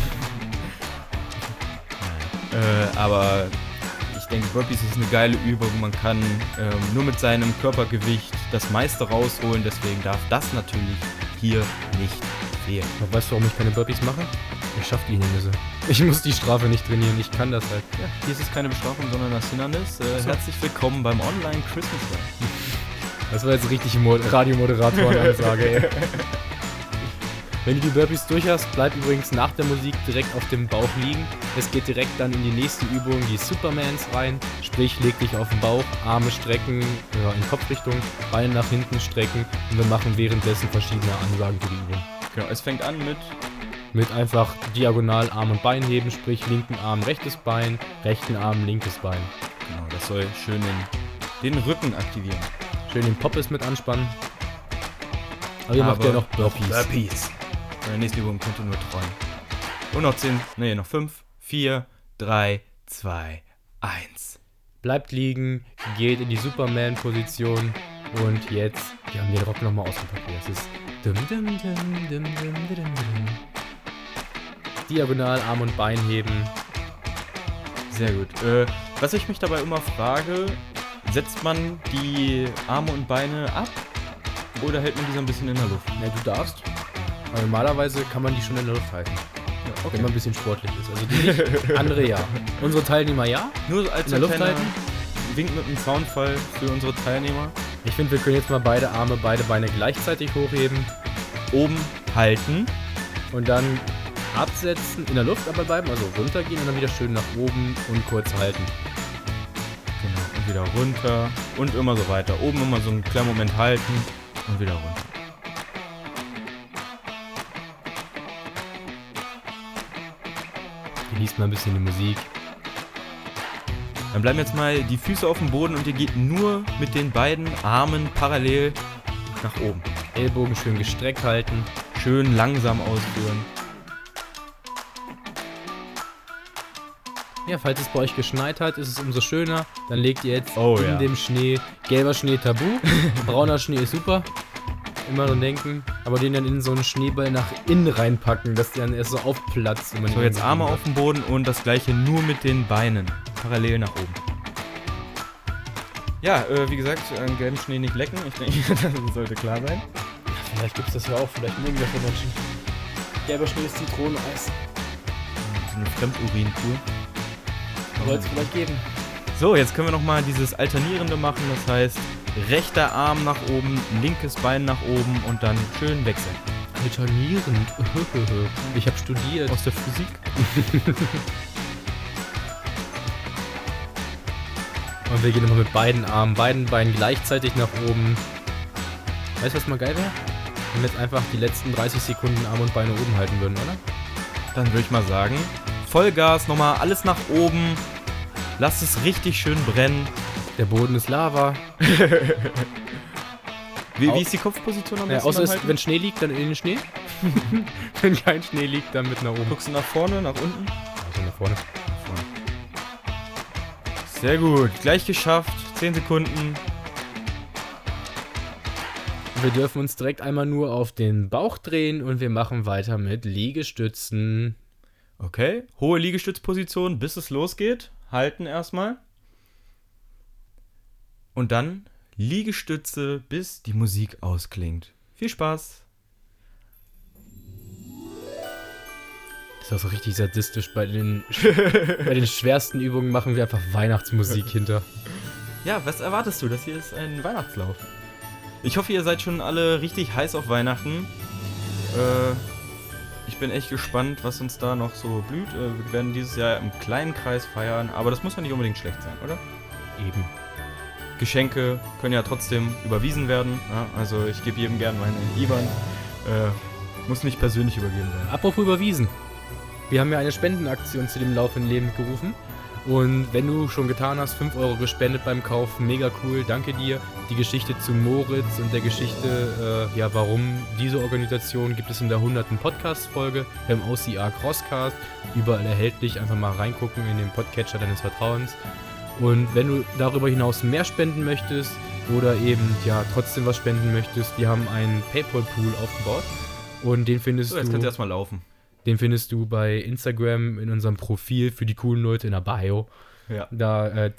Aber ich denke, Burpees ist eine geile Übung. Man kann nur mit seinem Körpergewicht das meiste rausholen. Deswegen darf das natürlich hier nicht fehlen. Weißt du, warum ich keine Burpees mache? Ich schaffe die Hindernisse. Ich muss die Strafe nicht trainieren, ich kann das halt. Ja, hier ist es keine Bestrafung, sondern das Hindernis. Herzlich willkommen beim Online-Christmas Run. Das war jetzt richtig Radiomoderatoren-Ansage, ey. Wenn du die Burpees durch hast, bleib übrigens nach der Musik direkt auf dem Bauch liegen. Es geht direkt dann in die nächste Übung, die Supermans rein. Sprich, leg dich auf den Bauch, Arme strecken, in Kopfrichtung, Beine nach hinten strecken und wir machen währenddessen verschiedene Ansagen für die Übung. Genau, es fängt an mit einfach diagonal Arm und Bein heben, sprich linken Arm rechtes Bein, rechten Arm linkes Bein. Genau, das soll schön den Rücken aktivieren. Schön den Poppes mit anspannen. Aber ihr macht ja noch Burpees. Meine nächste Übung könnt ihr nur träumen. Und noch 5, 4, 3, 2, 1. Bleibt liegen, geht in die Superman-Position und jetzt, wir haben den Rock nochmal ausgepackt. Das ist diagonal Arm und Bein heben. Sehr gut. Was ich mich dabei immer frage, setzt man die Arme und Beine ab oder hält man die so ein bisschen in der Luft? Ne, du darfst. Aber normalerweise kann man die schon in der Luft halten. Ja, okay. Wenn man ein bisschen sportlich ist. Also die nicht, andere ja. Unsere Teilnehmer ja. Nur als in der Luft halten. Wink mit einem Soundfall für unsere Teilnehmer. Ich finde, wir können jetzt mal beide Arme, beide Beine gleichzeitig hochheben. Oben halten. Und dann absetzen, in der Luft aber bleiben, also runtergehen und dann wieder schön nach oben und kurz halten. Genau, und wieder runter und immer so weiter. Oben immer so einen kleinen Moment halten und wieder runter. Genießt mal ein bisschen die Musik. Dann bleiben jetzt mal die Füße auf dem Boden und ihr geht nur mit den beiden Armen parallel nach oben. Ellbogen schön gestreckt halten. Schön langsam ausführen. Ja, falls es bei euch geschneit hat, ist es umso schöner. Dann legt ihr jetzt in dem Schnee, gelber Schnee tabu, brauner Schnee ist super. Immer so denken, aber den dann in so einen Schneeball nach innen reinpacken, dass der dann erst so aufplatzt. So, jetzt Arme auf dem Boden und das gleiche nur mit den Beinen. Parallel nach oben. Ja, wie gesagt, einen gelben Schnee nicht lecken. Ich denke, das sollte klar sein. Ja, vielleicht gibt es das ja auch, vielleicht mögen wir von Menschen. Gelber Schnee ist Zitroneneis. So eine Fremdurinkur. Soll es vielleicht geben. So, jetzt können wir nochmal dieses Alternierende machen. Das heißt, rechter Arm nach oben, linkes Bein nach oben und dann schön wechseln. Alternierend. Ich habe studiert. Aus der Physik. Und wir gehen nochmal mit beiden Armen, beiden Beinen gleichzeitig nach oben. Weißt du, was mal geil wäre? Wenn wir jetzt einfach die letzten 30 Sekunden Arme und Beine oben halten würden, oder? Dann würde ich mal sagen, Vollgas, nochmal alles nach oben. Lasst es richtig schön brennen. Der Boden ist Lava. Wie ist die Kopfposition am besten? Außer wenn Schnee liegt, dann in den Schnee. Wenn kein Schnee liegt, dann mit nach oben. Guckst du nach vorne, nach unten? Also nach vorne. Sehr gut. Gleich geschafft. 10 Sekunden. Wir dürfen uns direkt einmal nur auf den Bauch drehen und wir machen weiter mit Liegestützen. Okay. Hohe Liegestützposition, bis es losgeht. Halten erstmal. Und dann Liegestütze, bis die Musik ausklingt. Viel Spaß. Das ist auch so richtig sadistisch. Bei den schwersten Übungen machen wir einfach Weihnachtsmusik hinter. Ja, was erwartest du? Das hier ist ein Weihnachtslauf. Ich hoffe, ihr seid schon alle richtig heiß auf Weihnachten. Ich bin echt gespannt, was uns da noch so blüht. Wir werden dieses Jahr im kleinen Kreis feiern, aber das muss ja nicht unbedingt schlecht sein, oder? Eben. Geschenke können ja trotzdem überwiesen werden. Ja, also ich gebe jedem gerne meine IBAN. Muss nicht persönlich übergeben werden. Apropos überwiesen. Wir haben ja eine Spendenaktion zu dem Lauf in Leben gerufen. Und wenn du schon getan hast, 5 Euro gespendet beim Kauf, mega cool, danke dir. Die Geschichte zu Moritz und der Geschichte, warum diese Organisation, gibt es in der 100. Podcast-Folge beim OCR Crosscast. Überall erhältlich, einfach mal reingucken in den Podcatcher deines Vertrauens. Und wenn du darüber hinaus mehr spenden möchtest oder eben trotzdem was spenden möchtest, wir haben einen PayPal-Pool aufgebaut und den findest So, jetzt kannst du erstmal laufen. Den findest du bei Instagram in unserem Profil für die coolen Leute in der Bio. Ja. Da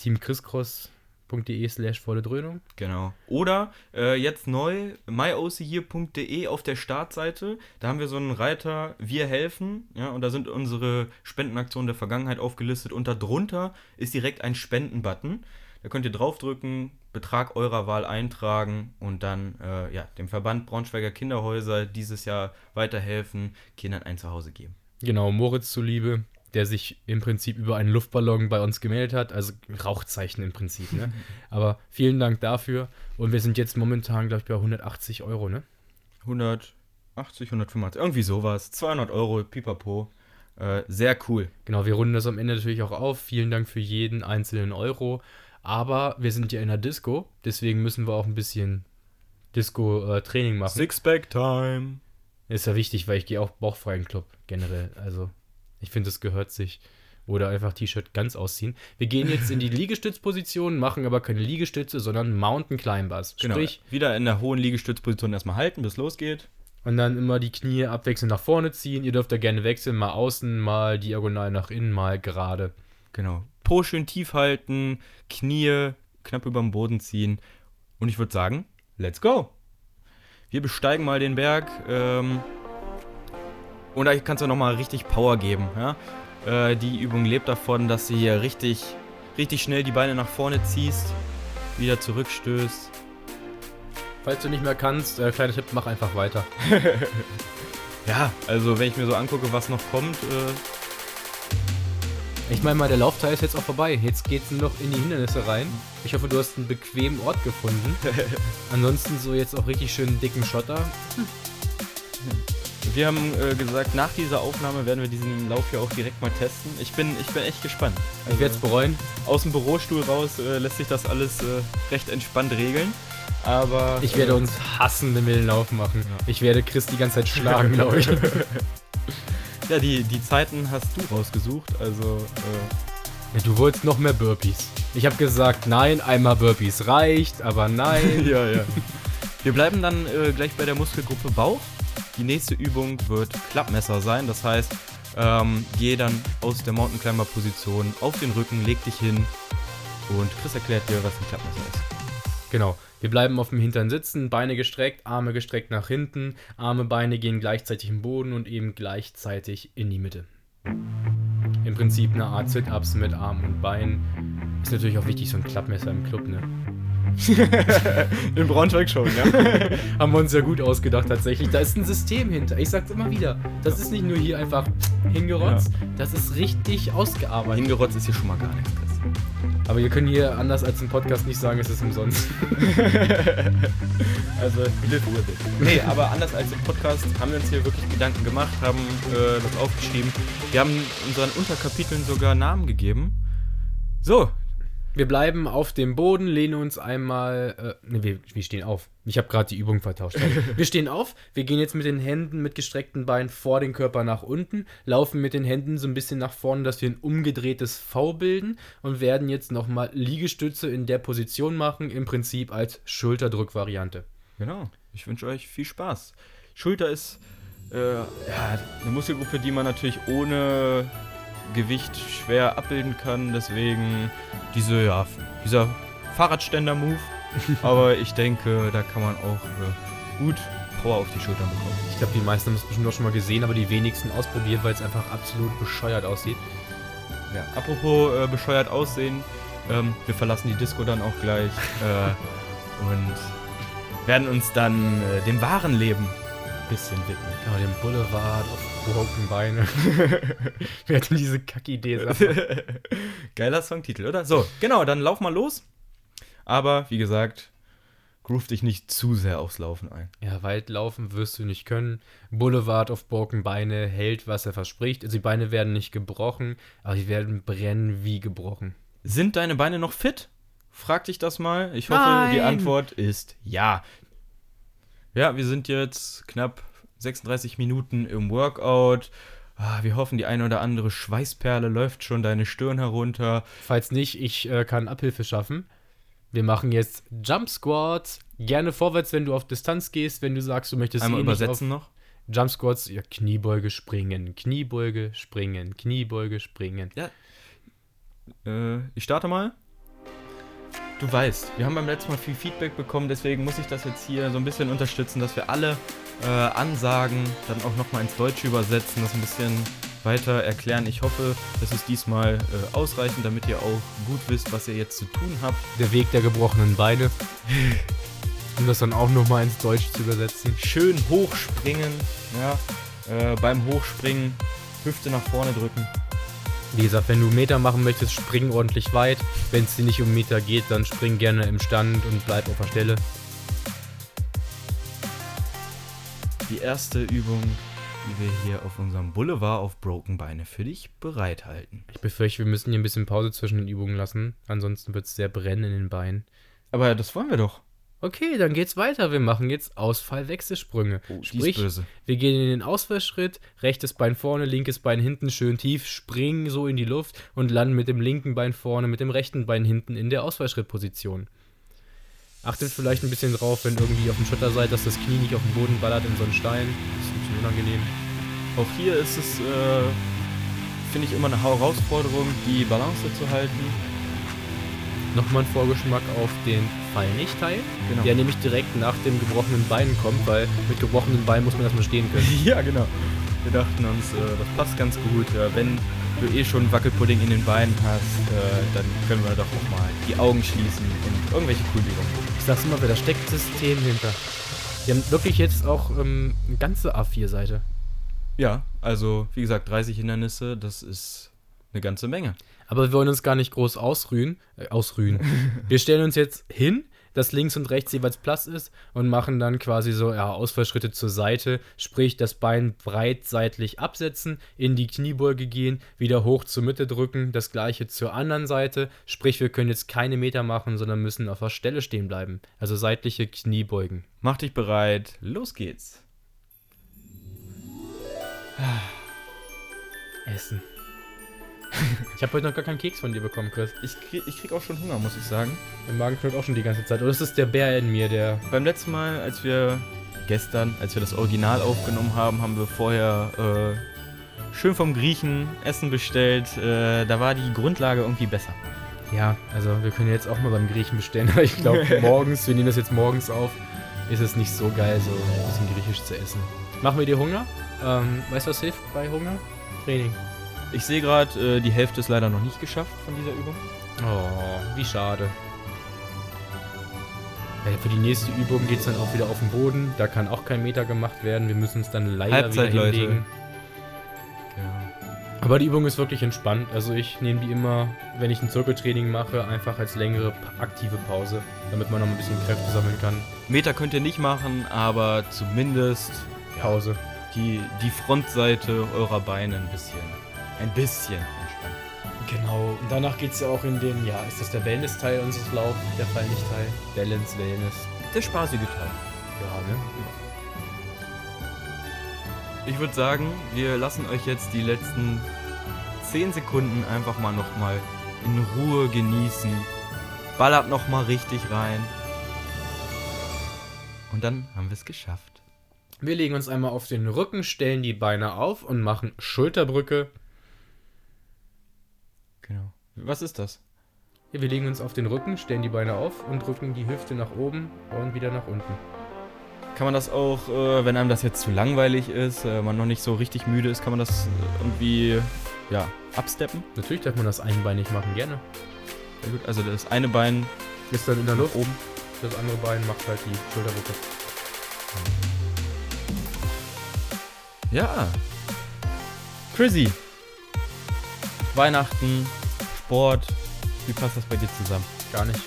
teamchriscross.de/volledröhnung. Genau. Oder jetzt neu myochere.de auf der Startseite. Da haben wir so einen Reiter Wir helfen. Ja, und da sind unsere Spendenaktionen der Vergangenheit aufgelistet. Und darunter ist direkt ein Spenden-Button. Da könnt ihr draufdrücken, Betrag eurer Wahl eintragen und dann dem Verband Braunschweiger Kinderhäuser dieses Jahr weiterhelfen, Kindern ein Zuhause geben. Genau, Moritz zuliebe, der sich im Prinzip über einen Luftballon bei uns gemeldet hat, also Rauchzeichen im Prinzip, ne? Aber vielen Dank dafür und wir sind jetzt momentan, glaube ich, bei 180 Euro, ne? 180, 185, irgendwie sowas, 200 Euro, pipapo, sehr cool. Genau, wir runden das am Ende natürlich auch auf, vielen Dank für jeden einzelnen Euro. Aber wir sind ja in der Disco, deswegen müssen wir auch ein bisschen Disco-Training machen. Sixpack-Time. Ist ja wichtig, weil ich gehe auch bauchfrei in den Club generell. Also ich finde, das gehört sich. Oder einfach T-Shirt ganz ausziehen. Wir gehen jetzt in die Liegestützposition, machen aber keine Liegestütze, sondern Mountain Climbers. Genau, Sprich, wieder in der hohen Liegestützposition erstmal halten, bis losgeht. Und dann immer die Knie abwechselnd nach vorne ziehen. Ihr dürft da gerne wechseln, mal außen, mal diagonal nach innen, mal gerade. Genau. Po schön tief halten, Knie knapp über dem Boden ziehen. Und ich würde sagen, let's go. Wir besteigen mal den Berg. Und da kannst du nochmal richtig Power geben. Ja? Die Übung lebt davon, dass du hier richtig schnell die Beine nach vorne ziehst, wieder zurückstößt. Falls du nicht mehr kannst, kleiner Tipp, mach einfach weiter. Ja, also wenn ich mir so angucke, was noch kommt. Ich meine mal, der Laufteil ist jetzt auch vorbei. Jetzt geht's nur noch in die Hindernisse rein. Ich hoffe, du hast einen bequemen Ort gefunden. Ansonsten so jetzt auch richtig schön dicken Schotter. Wir haben gesagt, nach dieser Aufnahme werden wir diesen Lauf hier auch direkt mal testen. Ich bin echt gespannt. Also, ich werde es bereuen. Aus dem Bürostuhl raus lässt sich das alles recht entspannt regeln. Aber ich werde uns hassen, wenn wir den Lauf machen. Ja. Ich werde Chris die ganze Zeit schlagen, glaube ich. Ja, die Zeiten hast du rausgesucht, also... Ja, du wolltest noch mehr Burpees. Ich habe gesagt, nein, einmal Burpees reicht, aber nein. Ja. Wir bleiben dann gleich bei der Muskelgruppe Bauch. Die nächste Übung wird Klappmesser sein, das heißt, geh dann aus der Mountain Climber Position auf den Rücken, leg dich hin und Chris erklärt dir, was ein Klappmesser ist. Genau. Wir bleiben auf dem Hintern sitzen, Beine gestreckt, Arme gestreckt nach hinten, Arme, Beine gehen gleichzeitig im Boden und eben gleichzeitig in die Mitte. Im Prinzip eine Art Sit-Ups mit Armen und Beinen. Ist natürlich auch wichtig, so ein Klappmesser im Club, ne? In Braunschweig schon, ja. Haben wir uns ja gut ausgedacht tatsächlich. Da ist ein System hinter. Ich sag's immer wieder. Das ist nicht nur hier einfach hingerotzt, das ist richtig ausgearbeitet. Hingerotzt ist hier schon mal gar nichts. Aber wir können hier anders als im Podcast nicht sagen, es ist umsonst. Also, live with it. Nee, aber anders als im Podcast haben wir uns hier wirklich Gedanken gemacht, haben das aufgeschrieben. Wir haben unseren Unterkapiteln sogar Namen gegeben. So, Wir bleiben auf dem Boden, lehnen uns einmal. Wir stehen auf. Ich habe gerade die Übung vertauscht. Wir stehen auf, wir gehen jetzt mit den Händen mit gestreckten Beinen vor den Körper nach unten, laufen mit den Händen so ein bisschen nach vorne, dass wir ein umgedrehtes V bilden und werden jetzt nochmal Liegestütze in der Position machen, im Prinzip als Schulterdrückvariante. Genau. Ich wünsche euch viel Spaß. Schulter ist eine Muskelgruppe, die man natürlich ohne Gewicht schwer abbilden kann. Deswegen dieser Fahrradständer-Move. Aber ich denke, da kann man auch gut Power auf die Schultern bekommen. Ich glaube, die meisten haben es bestimmt auch schon mal gesehen, aber die wenigsten ausprobiert, weil es einfach absolut bescheuert aussieht. Ja, apropos bescheuert aussehen, wir verlassen die Disco dann auch gleich und werden uns dann dem wahren Leben ein bisschen widmen. Genau, dem Boulevard auf Broken Beine. Wer hat denn diese Kackidee? Geiler Songtitel, oder? So, genau, dann lauf mal los. Aber, wie gesagt, groove dich nicht zu sehr aufs Laufen ein. Ja, weit laufen wirst du nicht können. Boulevard auf Broken Beine hält, was er verspricht. Also die Beine werden nicht gebrochen, aber die werden brennen wie gebrochen. Sind deine Beine noch fit? Frag dich das mal. Ich hoffe, die Antwort ist ja. Ja, wir sind jetzt knapp 36 Minuten im Workout. Wir hoffen, die eine oder andere Schweißperle läuft schon deine Stirn herunter. Falls nicht, ich kann Abhilfe schaffen. Wir machen jetzt Jump Squats. Gerne vorwärts, wenn du auf Distanz gehst, wenn du sagst, du möchtest einmal übersetzen noch. Jump Squats, ja, Kniebeuge, springen, Kniebeuge, springen, Kniebeuge, springen. Ja. Ich starte mal. Du weißt, wir haben beim letzten Mal viel Feedback bekommen, deswegen muss ich das jetzt hier so ein bisschen unterstützen, dass wir alle Ansagen dann auch nochmal ins Deutsche übersetzen, das ein bisschen weiter erklären. Ich hoffe, das ist diesmal ausreichend, damit ihr auch gut wisst, was ihr jetzt zu tun habt. Der Weg der gebrochenen Beine. Um das dann auch nochmal ins Deutsche zu übersetzen. Schön hochspringen, ja. Beim Hochspringen Hüfte nach vorne drücken. Wie gesagt, wenn du Meter machen möchtest, spring ordentlich weit. Wenn es dir nicht um Meter geht, dann spring gerne im Stand und bleib auf der Stelle. Die erste Übung, die wir hier auf unserem Boulevard auf Broken Beine für dich bereithalten. Ich befürchte, wir müssen hier ein bisschen Pause zwischen den Übungen lassen. Ansonsten wird es sehr brennen in den Beinen. Aber das wollen wir doch. Okay, dann geht's weiter. Wir machen jetzt Ausfallwechselsprünge. Oh, Sprich, die ist böse. wir gehen in den Ausfallschritt, rechtes Bein vorne, linkes Bein hinten, schön tief, springen so in die Luft und landen mit dem linken Bein vorne, mit dem rechten Bein hinten in der Ausfallschrittposition. Achtet vielleicht ein bisschen drauf, wenn irgendwie auf dem Schotter seid, dass das Knie nicht auf den Boden ballert in so einen Stein. Das ist ein bisschen unangenehm. Auch hier ist es, finde ich, immer eine Herausforderung, die Balance zu halten. Nochmal ein Vorgeschmack auf den Fall-nicht-Teil, Genau. der nämlich direkt nach dem gebrochenen Bein kommt, weil mit gebrochenen Beinen muss man erstmal stehen können. Ja, genau. Wir dachten uns, das passt ganz gut. Wenn du eh schon Wackelpudding in den Beinen hast, dann können wir doch auch mal die Augen schließen und irgendwelche coolen Übungen. Ich sag's immer, da steckt System hinter. Die haben wirklich jetzt auch eine ganze A4-Seite. Ja, also wie gesagt, 30 Hindernisse, das ist eine ganze Menge. Aber wir wollen uns gar nicht groß ausrühren. Wir stellen uns jetzt hin, dass links und rechts jeweils Platz ist und machen dann quasi so Ausfallschritte zur Seite, sprich das Bein breit seitlich absetzen, in die Kniebeuge gehen, wieder hoch zur Mitte drücken, das gleiche zur anderen Seite, sprich wir können jetzt keine Meter machen, sondern müssen auf der Stelle stehen bleiben, also seitliche Kniebeugen. Mach dich bereit, los geht's. Essen. Ich habe heute noch gar keinen Keks von dir bekommen, Chris. Ich krieg auch schon Hunger, muss ich sagen. Mein Magen knurrt auch schon die ganze Zeit. Oder ist es der Bär in mir, der... Beim letzten Mal, als wir das Original aufgenommen haben, haben wir vorher schön vom Griechen Essen bestellt. Da war die Grundlage irgendwie besser. Ja, also wir können jetzt auch mal beim Griechen bestellen, aber ich glaube morgens, wir nehmen das jetzt morgens auf, ist es nicht so geil, so ein bisschen griechisch zu essen. Machen wir dir Hunger? Weißt du, was hilft bei Hunger? Training. Ich sehe gerade, die Hälfte ist leider noch nicht geschafft von dieser Übung. Oh, wie schade. Ja, für die nächste Übung geht es dann auch wieder auf den Boden. Da kann auch kein Meter gemacht werden. Wir müssen uns dann leider Halbzeit, wieder Leute. hinlegen. Genau. Aber die Übung ist wirklich entspannt. Also ich nehme die immer, wenn ich ein Zirkeltraining mache, einfach als längere aktive Pause, damit man noch ein bisschen Kräfte sammeln kann. Meter könnt ihr nicht machen, aber zumindest Pause. die Frontseite eurer Beine ein bisschen entspannen. Genau, und danach geht es ja auch in den, ja, ist das der Wellness-Teil unseres Lauf, der Fall nicht Teil? Balance, Wellness. Der spaßige Teil. Ja, ne? Ich würde sagen, wir lassen euch jetzt die letzten 10 Sekunden einfach mal nochmal in Ruhe genießen. Ballert nochmal richtig rein. Und dann haben wir es geschafft. Wir legen uns einmal auf den Rücken, stellen die Beine auf und machen Schulterbrücke. Genau. Was ist das? Ja, wir legen uns auf den Rücken, stellen die Beine auf und drücken die Hüfte nach oben und wieder nach unten. Kann man das auch, wenn einem das jetzt zu langweilig ist, man noch nicht so richtig müde ist, kann man das irgendwie, ja, absteppen? Natürlich darf man das einbeinig machen, gerne. Sehr gut. Also das eine Bein Ist dann in der Luft, oben. das andere Bein macht halt die Schulterbrücke. Ja. Chrissy. Weihnachten, Sport. Wie passt das bei dir zusammen? Gar nicht.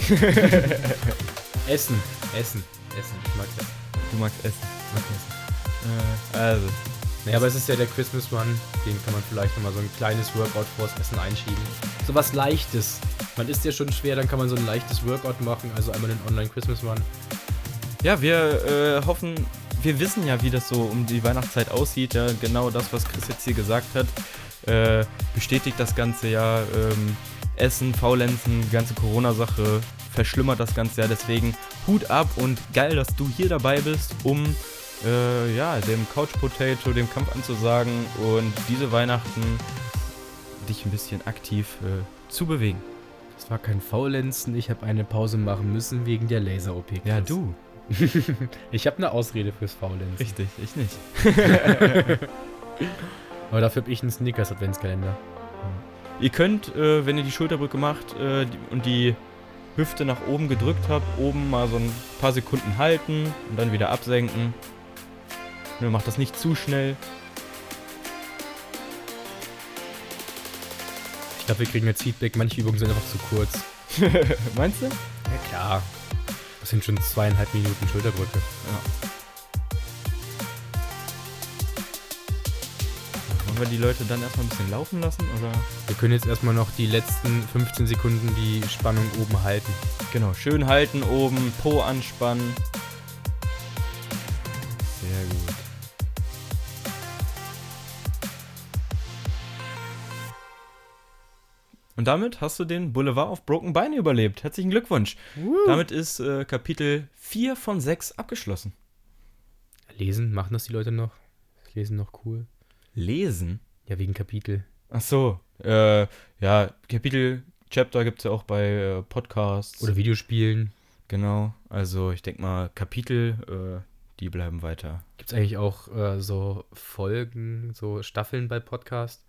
Essen. Ich mag Essen. Du magst Essen. Ich mag Essen. Also. Naja, aber es ist ja der Christmas Run, den kann man vielleicht nochmal so ein kleines Workout vors Essen einschieben. So was Leichtes. Man isst ja schon schwer, dann kann man so ein leichtes Workout machen, also einmal den Online-Christmas Run. Ja, wir hoffen, wir wissen ja, wie das so um die Weihnachtszeit aussieht. Ja, genau das, was Chris jetzt hier gesagt hat, bestätigt das Ganze ja. Essen, Faulenzen, die ganze Corona-Sache verschlimmert das Ganze ja. Deswegen Hut ab und geil, dass du hier dabei bist, um dem Couch Potato dem Kampf anzusagen und diese Weihnachten dich ein bisschen aktiv zu bewegen. Das war kein Faulenzen, ich habe eine Pause machen müssen wegen der Laser-OP. Ja, du. Ich habe eine Ausrede fürs Faulenzen. Richtig, ich nicht. Aber dafür habe ich einen Snickers-Adventskalender. Ihr könnt, wenn ihr die Schulterbrücke macht und die Hüfte nach oben gedrückt habt, oben mal so ein paar Sekunden halten und dann wieder absenken. Nur macht das nicht zu schnell. Ich glaube, wir kriegen jetzt Feedback, manche Übungen sind einfach zu kurz. Meinst du? Ja, klar. Das sind schon 2,5 Minuten Schulterbrücke. Ja. Wollen wir die Leute dann erstmal ein bisschen laufen lassen, oder? Wir können jetzt erstmal noch die letzten 15 Sekunden die Spannung oben halten. Genau, schön halten oben, Po anspannen. Sehr gut. Und damit hast du den Boulevard of Broken Beine überlebt. Herzlichen Glückwunsch. Damit ist Kapitel 4 von 6 abgeschlossen. Lesen, machen das die Leute noch? Ist Lesen noch cool? Lesen? Ja, wegen Kapitel. Ach so. Kapitel, Chapter gibt es ja auch bei Podcasts. Oder Videospielen. Genau. Also ich denke mal, Kapitel, die bleiben weiter. Gibt es eigentlich auch so Folgen, so Staffeln bei Podcasts?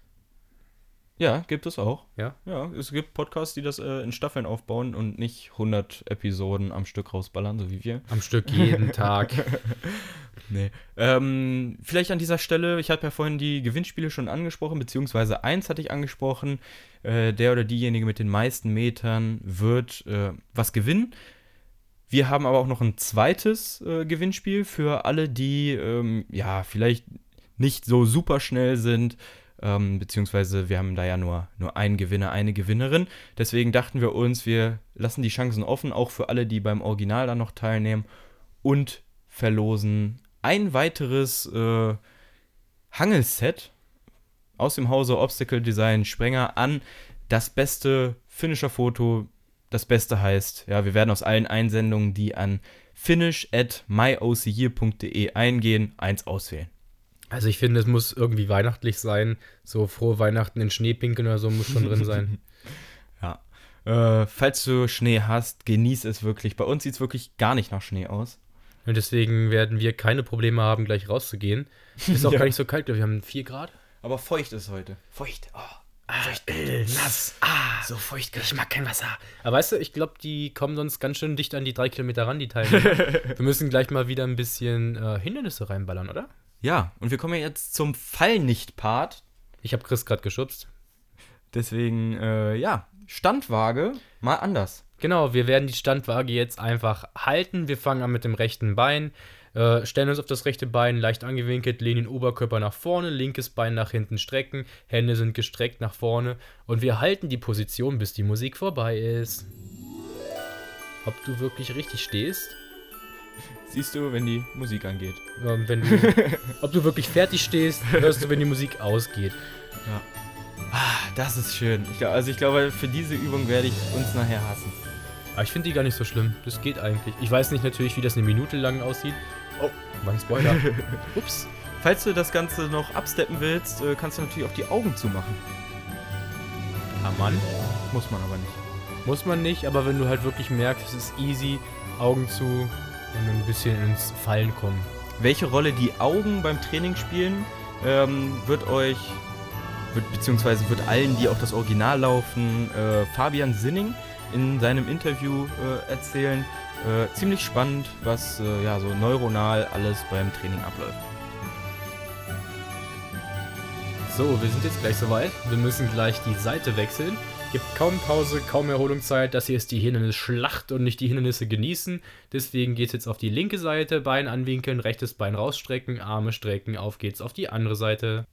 Ja, gibt es auch. Ja? Ja, es gibt Podcasts, die das in Staffeln aufbauen und nicht 100 Episoden am Stück rausballern, so wie wir. Am Stück jeden Tag. Nee. Vielleicht an dieser Stelle, ich hatte ja vorhin die Gewinnspiele schon angesprochen, beziehungsweise eins hatte ich angesprochen, der oder diejenige mit den meisten Metern wird was gewinnen. Wir haben aber auch noch ein zweites Gewinnspiel für alle, die vielleicht nicht so super schnell sind, beziehungsweise wir haben da ja nur einen Gewinner, eine Gewinnerin. Deswegen dachten wir uns, wir lassen die Chancen offen, auch für alle, die beim Original dann noch teilnehmen, und verlosen ein weiteres Hangelset aus dem Hause Obstacle Design Sprenger an das beste Finisher-Foto. Das Beste heißt, ja, wir werden aus allen Einsendungen, die an finish@myocyear.de eingehen, eins auswählen. Also ich finde, es muss irgendwie weihnachtlich sein. So frohe Weihnachten in Schnee pinkeln oder so muss schon drin sein. Ja. Falls du Schnee hast, genieß es wirklich. Bei uns sieht es wirklich gar nicht nach Schnee aus. Und deswegen werden wir keine Probleme haben, gleich rauszugehen. Ist auch Ja. gar nicht so kalt, wir haben 4 Grad. Aber feucht ist heute. Feucht. Oh. Nass. So feucht. Ich mag kein Wasser. Aber weißt du, ich glaube, die kommen sonst ganz schön dicht an die 3 Kilometer ran, die Teilnehmer. Wir müssen gleich mal wieder ein bisschen Hindernisse reinballern, oder? Ja, und wir kommen ja jetzt zum Fallnicht-Part. Ich habe Chris gerade geschubst. Deswegen, Standwaage mal anders. Genau, wir werden die Standwaage jetzt einfach halten. Wir fangen an mit dem rechten Bein. Stellen uns auf das rechte Bein leicht angewinkelt, lehnen den Oberkörper nach vorne, linkes Bein nach hinten strecken, Hände sind gestreckt nach vorne und wir halten die Position, bis die Musik vorbei ist. Ob du wirklich richtig stehst? Siehst du, wenn die Musik angeht. Ob du wirklich fertig stehst, hörst du, wenn die Musik ausgeht. Ja. Das ist schön. Ich glaube, für diese Übung werde ich uns nachher hassen. Aber ich finde die gar nicht so schlimm. Das geht eigentlich. Ich weiß nicht natürlich, wie das eine Minute lang aussieht. Oh, war ein Spoiler. Ups. Falls du das Ganze noch absteppen willst, kannst du natürlich auch die Augen zumachen. Kann man. Muss man aber nicht. Muss man nicht, aber wenn du halt wirklich merkst, es ist easy, Augen zu und ein bisschen ins Fallen kommen. Welche Rolle die Augen beim Training spielen, wird allen, die auch das Original laufen, Fabian Sinning in seinem Interview erzählen. Ziemlich spannend, was so neuronal alles beim Training abläuft. So, wir sind jetzt gleich soweit. Wir müssen gleich die Seite wechseln. Gibt kaum Pause, kaum Erholungszeit. Das hier ist die Hindernisschlacht und nicht die Hindernisse genießen. Deswegen geht es jetzt auf die linke Seite, Bein anwinkeln, rechtes Bein rausstrecken, Arme strecken, auf geht's auf die andere Seite.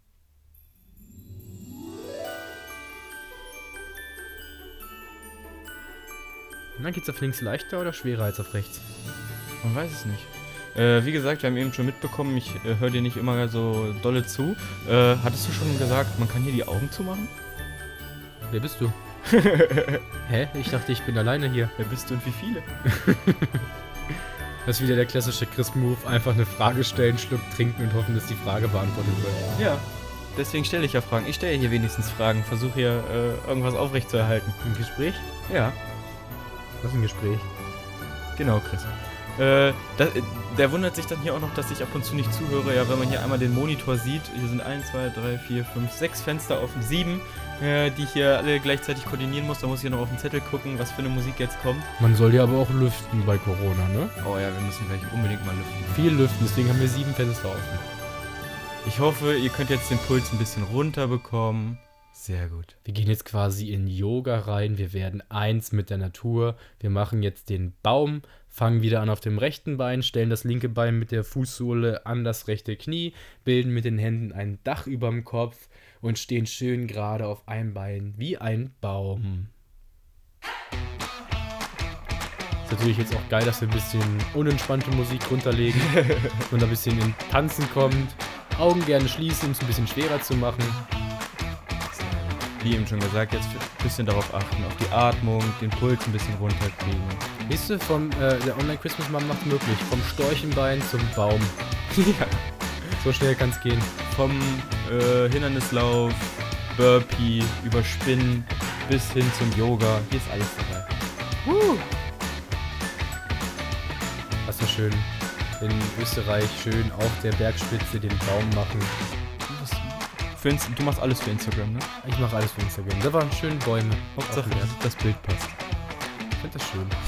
Und dann geht's auf links leichter oder schwerer als auf rechts? Man weiß es nicht. Wie gesagt, wir haben eben schon mitbekommen, ich höre dir nicht immer so dolle zu. Hattest du schon gesagt, man kann hier die Augen zumachen? Wer bist du? Hä? Ich dachte, ich bin alleine hier. Wer bist du und wie viele? Das ist wieder der klassische Chris-Move. Einfach eine Frage stellen, Schluck trinken und hoffen, dass die Frage beantwortet wird. Ja, deswegen stelle ich ja Fragen. Ich stelle hier wenigstens Fragen, versuche hier irgendwas aufrechtzuerhalten. Ein Gespräch? Ja. Was ist ein Gespräch? Genau, Chris. Der wundert sich dann hier auch noch, dass ich ab und zu nicht zuhöre. Ja, wenn man hier einmal den Monitor sieht, hier sind 1, 2, 3, 4, 5, 6 Fenster offen, 7, die ich hier alle gleichzeitig koordinieren muss. Da muss ich hier noch auf den Zettel gucken, was für eine Musik jetzt kommt. Man soll ja aber auch lüften bei Corona, ne? Oh ja, wir müssen gleich unbedingt mal lüften. Viel lüften, deswegen haben wir 7 Fenster offen. Ich hoffe, ihr könnt jetzt den Puls ein bisschen runterbekommen. Sehr gut. Wir gehen jetzt quasi in Yoga rein. Wir werden eins mit der Natur. Wir machen jetzt den Baum, fangen wieder an auf dem rechten Bein, stellen das linke Bein mit der Fußsohle an das rechte Knie, bilden mit den Händen ein Dach überm Kopf und stehen schön gerade auf einem Bein wie ein Baum. Ist natürlich jetzt auch geil, dass wir ein bisschen unentspannte Musik runterlegen und ein bisschen in Tanzen kommt. Augen gerne schließen, um es ein bisschen schwerer zu machen. Wie eben schon gesagt, jetzt ein bisschen darauf achten, auf die Atmung, den Puls ein bisschen runterkriegen. Siehst du, der Online-Christmas-Mann macht möglich, vom Storchenbein zum Baum. Ja. So schnell kann es gehen. Vom Hindernislauf, Burpee, über Spinnen bis hin zum Yoga. Hier ist alles dabei. Das ist schön. In Österreich schön auf der Bergspitze den Baum machen. Du machst alles für Instagram, ne? Ich mache alles für Instagram. Da waren schöne Bäume. Hauptsache, das Bild passt. Ich finde das schön.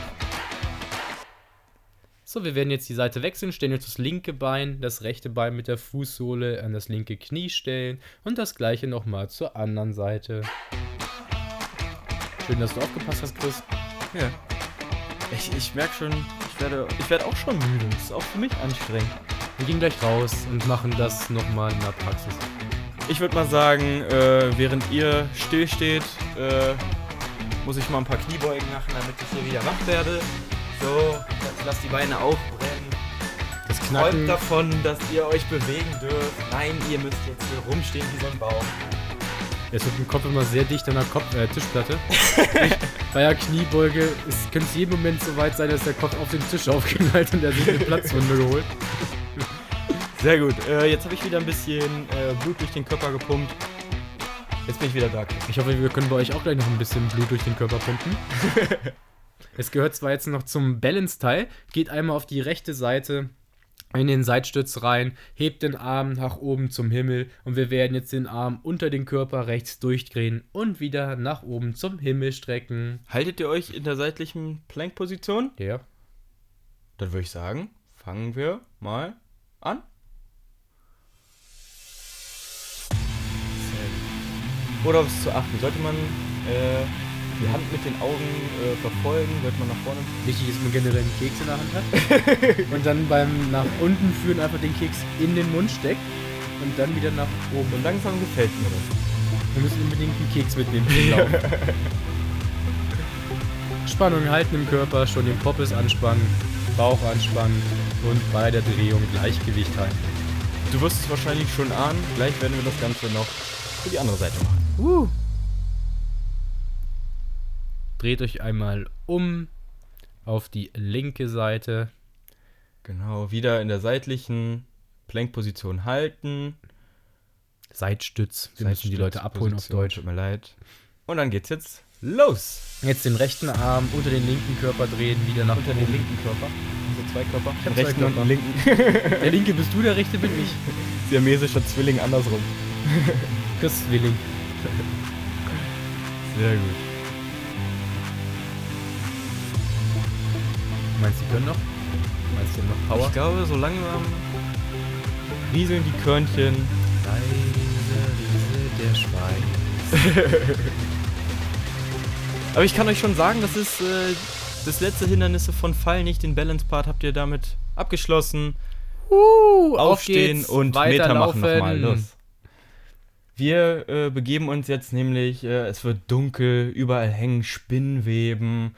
So, wir werden jetzt die Seite wechseln, stellen jetzt das linke Bein, das rechte Bein mit der Fußsohle an das linke Knie stellen und das gleiche nochmal zur anderen Seite. Schön, dass du aufgepasst hast, Chris. Ja. Ich merke schon, ich werde auch schon müde. Das ist auch für mich anstrengend. Wir gehen gleich raus und machen das nochmal in der Praxis. Ich würde mal sagen, während ihr still steht, muss ich mal ein paar Kniebeugen machen, damit ich hier wieder wach werde. So, jetzt lasst die Beine aufbrennen. Das Knacken. Träumt davon, dass ihr euch bewegen dürft. Nein, ihr müsst jetzt hier rumstehen wie so ein Baum. Jetzt wird im Kopf immer sehr dicht an der Tischplatte. Bei der Kniebeuge könnte es jeden Moment so weit sein, dass der Kopf auf den Tisch aufknallt und er sich eine Platzwunde geholt. Sehr gut. Jetzt habe ich wieder ein bisschen Blut durch den Körper gepumpt. Jetzt bin ich wieder da. Ich hoffe, wir können bei euch auch gleich noch ein bisschen Blut durch den Körper pumpen. Es gehört zwar jetzt noch zum Balance-Teil, geht einmal auf die rechte Seite in den Seitstütz rein, hebt den Arm nach oben zum Himmel und wir werden jetzt den Arm unter den Körper rechts durchdrehen und wieder nach oben zum Himmel strecken. Haltet ihr euch in der seitlichen Plank-Position? Ja. Dann würde ich sagen, fangen wir mal an. Oder was zu achten? Sollte man die Hand mit den Augen verfolgen, wird man nach vorne. Wichtig ist, dass man generell einen Keks in der Hand hat. Und dann beim nach unten führen einfach den Keks in den Mund steckt und dann wieder nach oben. Und langsam gefällt mir das. Wir müssen unbedingt einen Keks mitnehmen für den Lauf. Spannung halten im Körper, schon den Poppes anspannen, Bauch anspannen und bei der Drehung Gleichgewicht halten. Du wirst es wahrscheinlich schon ahnen, gleich werden wir das Ganze noch für die andere Seite machen. Dreht euch einmal um auf die linke Seite. Genau, wieder in der seitlichen Plankposition halten. Seitstütz. Wir müssen die Leute abholen auf Deutsch. Tut mir leid. Und dann geht's jetzt los. Jetzt den rechten Arm unter den linken Körper drehen, wieder nach Unter oben. den linken Körper. Also zwei Körper. Ich hab Den zwei rechten und Körper. den linken. Der linke bist du, der rechte bin ich. Siamesischer Zwilling andersrum. Chris Zwilling. Sehr gut. Meinst du, die können noch? Meinst du, die haben noch Power? Ich glaube, so langsam rieseln die Körnchen. Leise rieselt der Schweiß. Aber ich kann euch schon sagen, das ist das letzte Hindernisse von Fall nicht. Den Balance-Part habt ihr damit abgeschlossen. Aufstehen und Meter machen nochmal. Los. Wir begeben uns jetzt nämlich, es wird dunkel, überall hängen Spinnweben.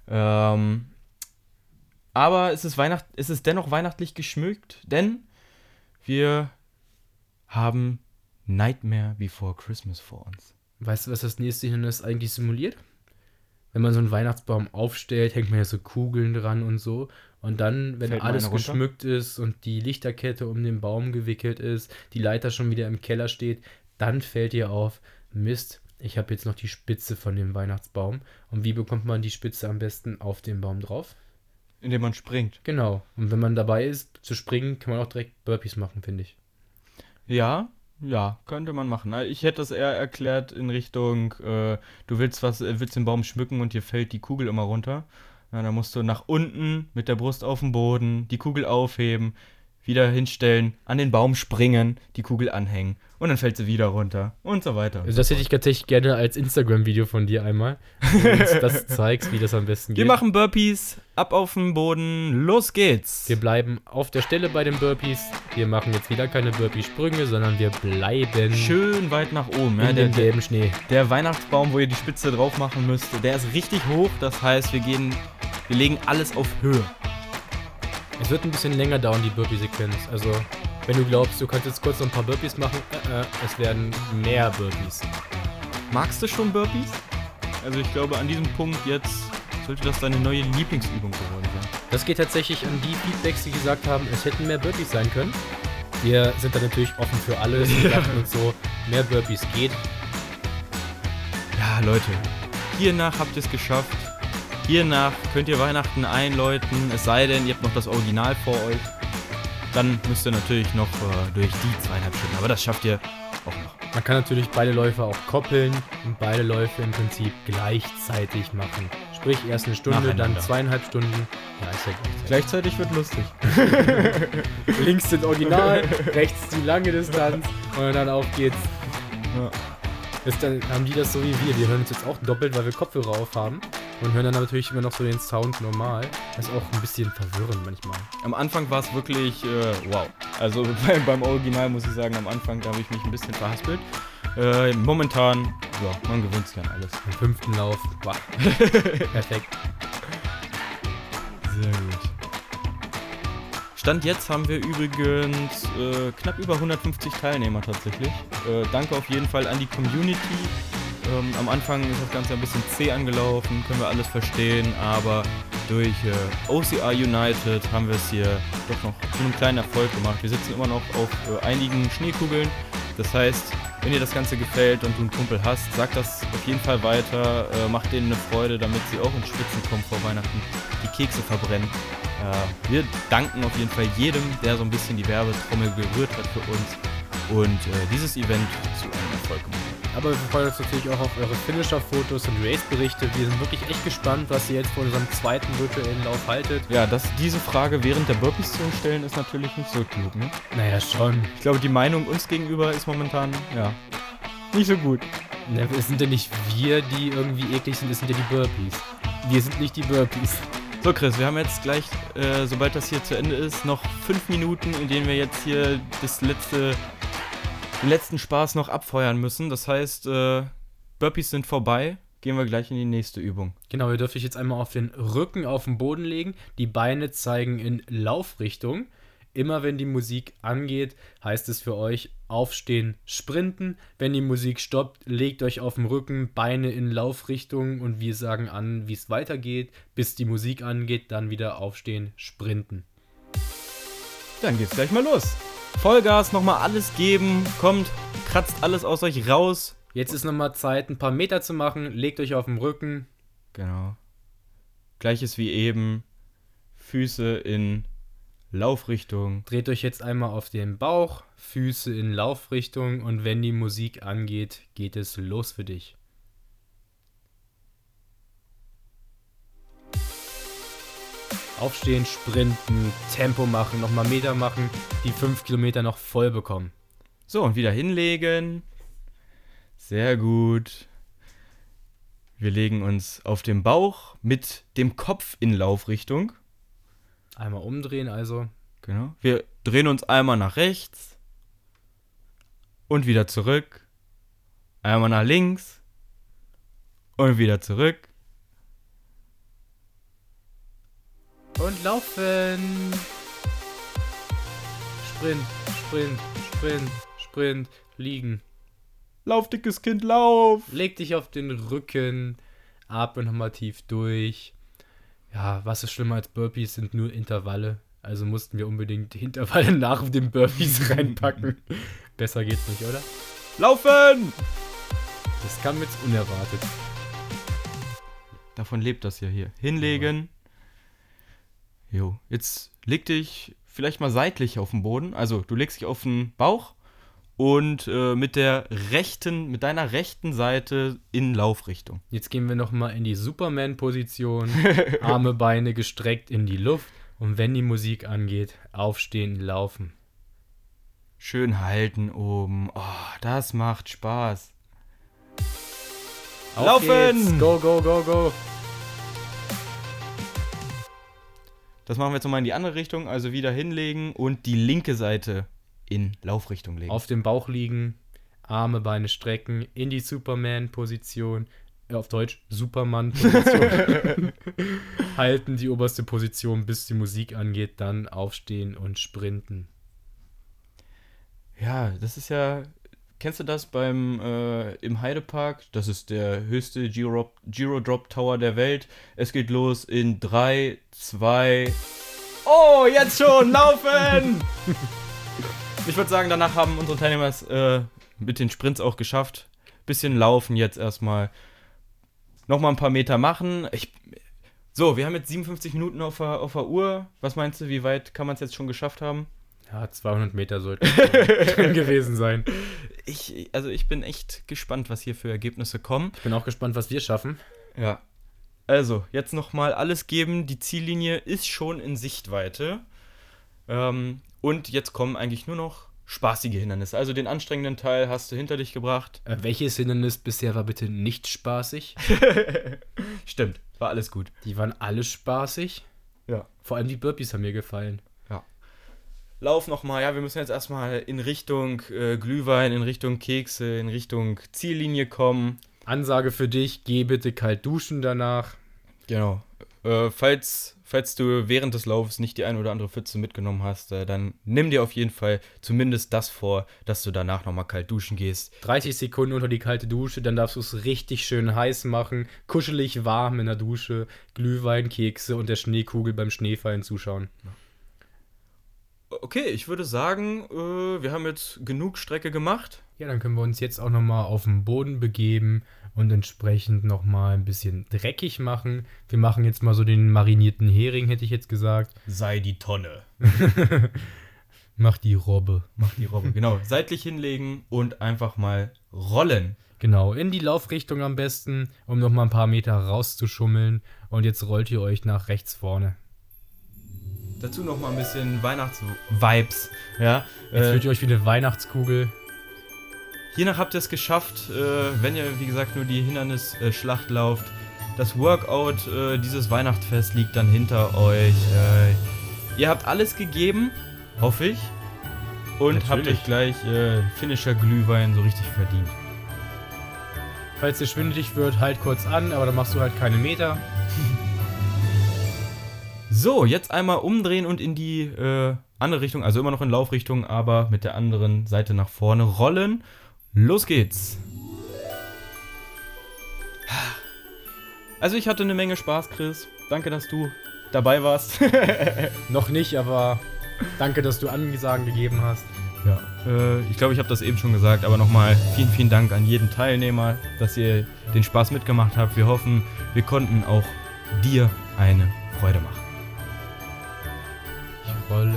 Aber es ist dennoch weihnachtlich geschmückt, denn wir haben Nightmare Before Christmas vor uns. Weißt du, was das nächste Hindernis eigentlich simuliert? Wenn man so einen Weihnachtsbaum aufstellt, hängt man ja so Kugeln dran und so. Und dann, wenn Fällt mal alles eine runter? geschmückt ist und die Lichterkette um den Baum gewickelt ist, die Leiter schon wieder im Keller steht, dann fällt dir auf, Mist, ich habe jetzt noch die Spitze von dem Weihnachtsbaum. Und wie bekommt man die Spitze am besten auf den Baum drauf? Indem man springt. Genau. Und wenn man dabei ist, zu springen, kann man auch direkt Burpees machen, finde ich. Ja, könnte man machen. Ich hätte das eher erklärt in Richtung, du willst den Baum schmücken und dir fällt die Kugel immer runter. Ja, dann musst du nach unten mit der Brust auf den Boden, die Kugel aufheben, wieder hinstellen, an den Baum springen, die Kugel anhängen und dann fällt sie wieder runter und so weiter. Also das hätte ich tatsächlich gerne als Instagram-Video von dir einmal, wo du uns das zeigst, wie das am besten geht. Wir machen Burpees, ab auf den Boden, los geht's. Wir bleiben auf der Stelle bei den Burpees. Wir machen jetzt wieder keine Burpee-Sprünge, sondern wir bleiben Schön weit nach oben. Ja, in dem gelben Schnee. der Weihnachtsbaum, wo ihr die Spitze drauf machen müsst, der ist richtig hoch. Das heißt, wir legen alles auf Höhe. Es wird ein bisschen länger dauern, die Burpee-Sequenz. Also, wenn du glaubst, du kannst jetzt kurz noch ein paar Burpees machen, es werden mehr Burpees. Magst du schon Burpees? Also ich glaube, an diesem Punkt jetzt sollte das deine neue Lieblingsübung geworden sein. Das geht tatsächlich an die Feedbacks, die gesagt haben, es hätten mehr Burpees sein können. Wir sind da natürlich offen für alles und dachten uns so, mehr Burpees geht. Ja, Leute, hiernach habt ihr es geschafft. Hiernach könnt ihr Weihnachten einläuten, es sei denn, ihr habt noch das Original vor euch. Dann müsst ihr natürlich noch durch die 2,5 Stunden, aber das schafft ihr auch noch. Man kann natürlich beide Läufe auch koppeln und beide Läufe im Prinzip gleichzeitig machen. Sprich, erst eine Stunde, dann Nacheinander. 2,5 Stunden. Ja, ist ja Gleichzeitig wird lustig. links sind Original, rechts die lange Distanz und dann auf geht's. Ja. Dann haben die das so wie wir. Wir hören uns jetzt auch doppelt, weil wir Kopfhörer auf haben und hören dann natürlich immer noch so den Sound normal. Das ist auch ein bisschen verwirrend manchmal. Am Anfang war es wirklich wow. Also beim Original muss ich sagen, am Anfang da habe ich mich ein bisschen verhaspelt. Momentan, ja, man gewöhnt sich an alles. Im 5. Lauf, wow. Perfekt. Sehr gut. Stand jetzt haben wir übrigens knapp über 150 Teilnehmer tatsächlich. Danke auf jeden Fall an die Community. Am Anfang ist das Ganze ein bisschen zäh angelaufen, können wir alles verstehen, aber durch OCR United haben wir es hier doch noch zu einem kleinen Erfolg gemacht. Wir sitzen immer noch auf einigen Schneekugeln. Das heißt, wenn dir das Ganze gefällt und du einen Kumpel hast, sag das auf jeden Fall weiter, mach denen eine Freude, damit sie auch ins Schwitzen kommen vor Weihnachten, die Kekse verbrennen. Wir danken auf jeden Fall jedem, der so ein bisschen die Werbetrommel gerührt hat für uns und dieses Event zu einem Erfolg gemacht hat. Aber wir freuen uns natürlich auch auf eure Finisher-Fotos und Race-Berichte. Wir sind wirklich echt gespannt, was ihr jetzt von unserem zweiten virtuellen Lauf haltet. Ja, diese Frage während der Burpees zu stellen, ist natürlich nicht so klug, ne? Naja, schon. Ich glaube, die Meinung uns gegenüber ist momentan, ja, nicht so gut. Ne, es sind ja nicht wir, die irgendwie eklig sind, es sind ja die Burpees. Wir sind nicht die Burpees. So, Chris, wir haben jetzt gleich, sobald das hier zu Ende ist, noch 5 Minuten, in denen wir jetzt hier den letzten Spaß noch abfeuern müssen. Das heißt, Burpees sind vorbei. Gehen wir gleich in die nächste Übung. Genau, ihr dürft euch jetzt einmal auf den Rücken auf den Boden legen. Die Beine zeigen in Laufrichtung. Immer wenn die Musik angeht, heißt es für euch aufstehen, sprinten. Wenn die Musik stoppt, legt euch auf den Rücken, Beine in Laufrichtung und wir sagen an, wie es weitergeht. Bis die Musik angeht, dann wieder aufstehen, sprinten. Dann geht's gleich mal los. Vollgas, nochmal alles geben. Kommt, kratzt alles aus euch raus. Jetzt ist nochmal Zeit, ein paar Meter zu machen. Legt euch auf den Rücken. Genau. Gleiches wie eben. Füße in Laufrichtung. Dreht euch jetzt einmal auf den Bauch, Füße in Laufrichtung und wenn die Musik angeht, geht es los für dich. Aufstehen, sprinten, Tempo machen, nochmal Meter machen, die 5 Kilometer noch voll bekommen. So, und wieder hinlegen. Sehr gut. Wir legen uns auf den Bauch mit dem Kopf in Laufrichtung. Einmal umdrehen also. Genau. Wir drehen uns einmal nach rechts und wieder zurück. Einmal nach links und wieder zurück. Und laufen. Sprint, Sprint, Sprint, Sprint, liegen. Lauf, dickes Kind, lauf! Leg dich auf den Rücken, atme nochmal tief durch. Ja, was ist schlimmer als Burpees, sind nur Intervalle. Also mussten wir unbedingt die Intervalle nach den Burpees reinpacken. Besser geht's nicht, oder? Laufen! Das kam jetzt unerwartet. Davon lebt das ja hier. Hinlegen. Jo, jetzt leg dich vielleicht mal seitlich auf den Boden. Also du legst dich auf den Bauch und mit deiner rechten Seite in Laufrichtung. Jetzt gehen wir nochmal in die Superman-Position. Arme, Beine gestreckt in die Luft. Und wenn die Musik angeht, aufstehen, laufen. Schön halten oben. Oh, das macht Spaß. Auf Laufen! Geht's. Go, go, go, go. Das machen wir jetzt nochmal in die andere Richtung. Also wieder hinlegen und die linke Seite in Laufrichtung legen. Auf dem Bauch liegen, Arme, Beine strecken, in die Superman-Position. Auf Deutsch Superman-Position. Halten die oberste Position, bis die Musik angeht, dann aufstehen und sprinten. Ja, das ist ja. Kennst du das im Heidepark? Das ist der höchste Giro-Drop Tower der Welt. Es geht los in 3, 2. Oh, jetzt schon! Laufen! Ich würde sagen, danach haben unsere Teilnehmer es mit den Sprints auch geschafft. Bisschen laufen jetzt erstmal. Nochmal ein paar Meter machen. So, wir haben jetzt 57 Minuten auf der Uhr. Was meinst du, wie weit kann man es jetzt schon geschafft haben? Ja, 200 Meter sollten drin gewesen sein. Ich bin echt gespannt, was hier für Ergebnisse kommen. Ich bin auch gespannt, was wir schaffen. Ja. Also, jetzt nochmal alles geben. Die Ziellinie ist schon in Sichtweite. Und jetzt kommen eigentlich nur noch spaßige Hindernisse. Also den anstrengenden Teil hast du hinter dich gebracht. Welches Hindernis bisher war bitte nicht spaßig? Stimmt, war alles gut. Die waren alle spaßig. Ja. Vor allem die Burpees haben mir gefallen. Ja. Lauf nochmal. Ja, wir müssen jetzt erstmal in Richtung Glühwein, in Richtung Kekse, in Richtung Ziellinie kommen. Ansage für dich, geh bitte kalt duschen danach. Genau. Falls du während des Laufes nicht die ein oder andere Pfütze mitgenommen hast, dann nimm dir auf jeden Fall zumindest das vor, dass du danach nochmal kalt duschen gehst. 30 Sekunden unter die kalte Dusche, dann darfst du es richtig schön heiß machen, kuschelig warm in der Dusche, Glühwein, Kekse und der Schneekugel beim Schneefallen zuschauen. Okay, ich würde sagen, wir haben jetzt genug Strecke gemacht. Ja, dann können wir uns jetzt auch nochmal auf den Boden begeben und entsprechend nochmal ein bisschen dreckig machen. Wir machen jetzt mal so den marinierten Hering, hätte ich jetzt gesagt. Sei die Tonne. Mach die Robbe. Genau, seitlich hinlegen und einfach mal rollen. Genau, in die Laufrichtung am besten, um nochmal ein paar Meter rauszuschummeln. Und jetzt rollt ihr euch nach rechts vorne. Dazu nochmal ein bisschen Weihnachtsvibes. Ja, Jetzt fühlt ihr euch wie eine Weihnachtskugel. hiernach habt ihr es geschafft, wenn ihr, wie gesagt, nur die Hindernisschlacht lauft. Das Workout, dieses Weihnachtsfest liegt dann hinter euch. Ihr habt alles gegeben, hoffe ich. Und habt euch gleich finnischer Glühwein so richtig verdient. Falls dir schwindelig wird, halt kurz an, aber dann machst du halt keine Meter. So, jetzt einmal umdrehen und in die andere Richtung, also immer noch in Laufrichtung, aber mit der anderen Seite nach vorne rollen. Los geht's. Also ich hatte eine Menge Spaß, Chris. Danke, dass du dabei warst. Noch nicht, aber danke, dass du Ansagen gegeben hast. Ja, ich glaube, ich habe das eben schon gesagt, aber nochmal vielen, vielen Dank an jeden Teilnehmer, dass ihr den Spaß mitgemacht habt. Wir hoffen, wir konnten auch dir eine Freude machen. Ich rolle.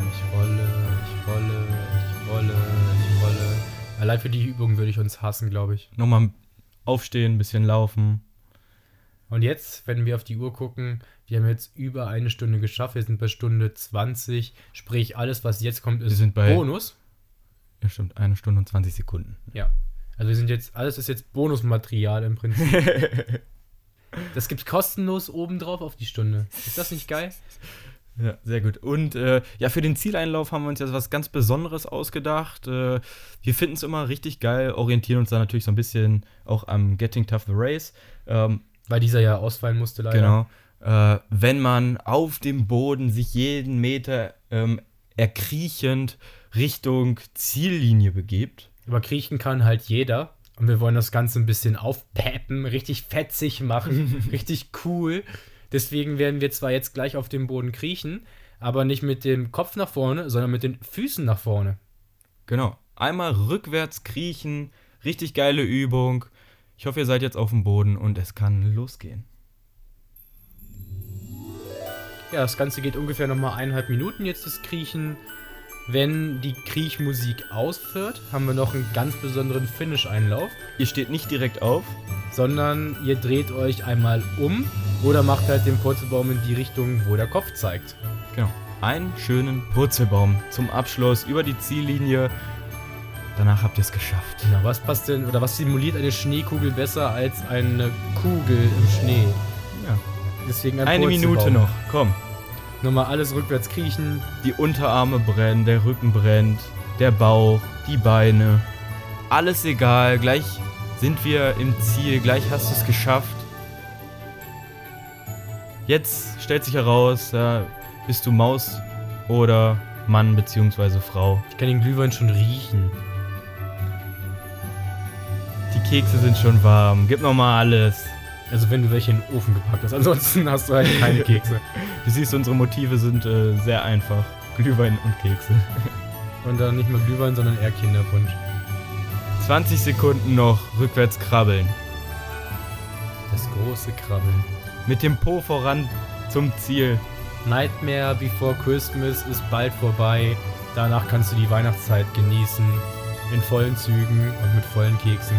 Allein für die Übung würde ich uns hassen, glaube ich. Nochmal aufstehen, ein bisschen laufen. Und jetzt, wenn wir auf die Uhr gucken, wir haben jetzt über eine Stunde geschafft. Wir sind bei Stunde 20. Sprich, alles, was jetzt kommt, ist Bonus. Ja, stimmt. 1 Stunde und 20 Sekunden. Ja. Also wir sind jetzt, alles ist jetzt Bonusmaterial im Prinzip. Das gibt's kostenlos obendrauf auf die Stunde. Ist das nicht geil? Ja, sehr gut. Und ja, für den Zieleinlauf haben wir uns jetzt was ganz Besonderes ausgedacht. Wir finden es immer richtig geil, orientieren uns da natürlich so ein bisschen auch am Getting Tough the Race. Weil dieser ja ausfallen musste leider. Genau. Wenn man auf dem Boden sich jeden Meter erkriechend Richtung Ziellinie begibt. Aber kriechen kann halt jeder. Und wir wollen das Ganze ein bisschen aufpeppen, richtig fetzig machen, richtig cool. Deswegen werden wir zwar jetzt gleich auf dem Boden kriechen, aber nicht mit dem Kopf nach vorne, sondern mit den Füßen nach vorne. Genau. Einmal rückwärts kriechen. Richtig geile Übung. Ich hoffe, ihr seid jetzt auf dem Boden und es kann losgehen. Ja, das Ganze geht ungefähr nochmal 1,5 Minuten jetzt, das Kriechen. Wenn die Kriechmusik ausführt, haben wir noch einen ganz besonderen Finish-Einlauf. Ihr steht nicht direkt auf, sondern ihr dreht euch einmal um oder macht halt den Purzelbaum in die Richtung, wo der Kopf zeigt. Genau. Einen schönen Purzelbaum zum Abschluss über die Ziellinie. Danach habt ihr es geschafft. Ja, was passt denn oder was simuliert eine Schneekugel besser als eine Kugel im Schnee? Ja. Deswegen ein eine Purzelbaum. Minute noch, komm. Nochmal alles rückwärts kriechen. Die Unterarme brennen, der Rücken brennt, der Bauch, die Beine. Alles egal, gleich sind wir im Ziel, gleich hast du es geschafft. Jetzt stellt sich heraus, bist du Maus oder Mann bzw. Frau. Ich kann den Glühwein schon riechen. Die Kekse sind schon warm, gib nochmal alles. Also wenn du welche in den Ofen gepackt hast, ansonsten hast du halt keine Kekse. Du siehst, unsere Motive sind sehr einfach. Glühwein und Kekse. Und dann nicht mal Glühwein, sondern eher Kinderpunsch. 20 Sekunden noch, rückwärts krabbeln. Das große Krabbeln. Mit dem Po voran zum Ziel. Nightmare Before Christmas ist bald vorbei. Danach kannst du die Weihnachtszeit genießen. In vollen Zügen und mit vollen Keksen.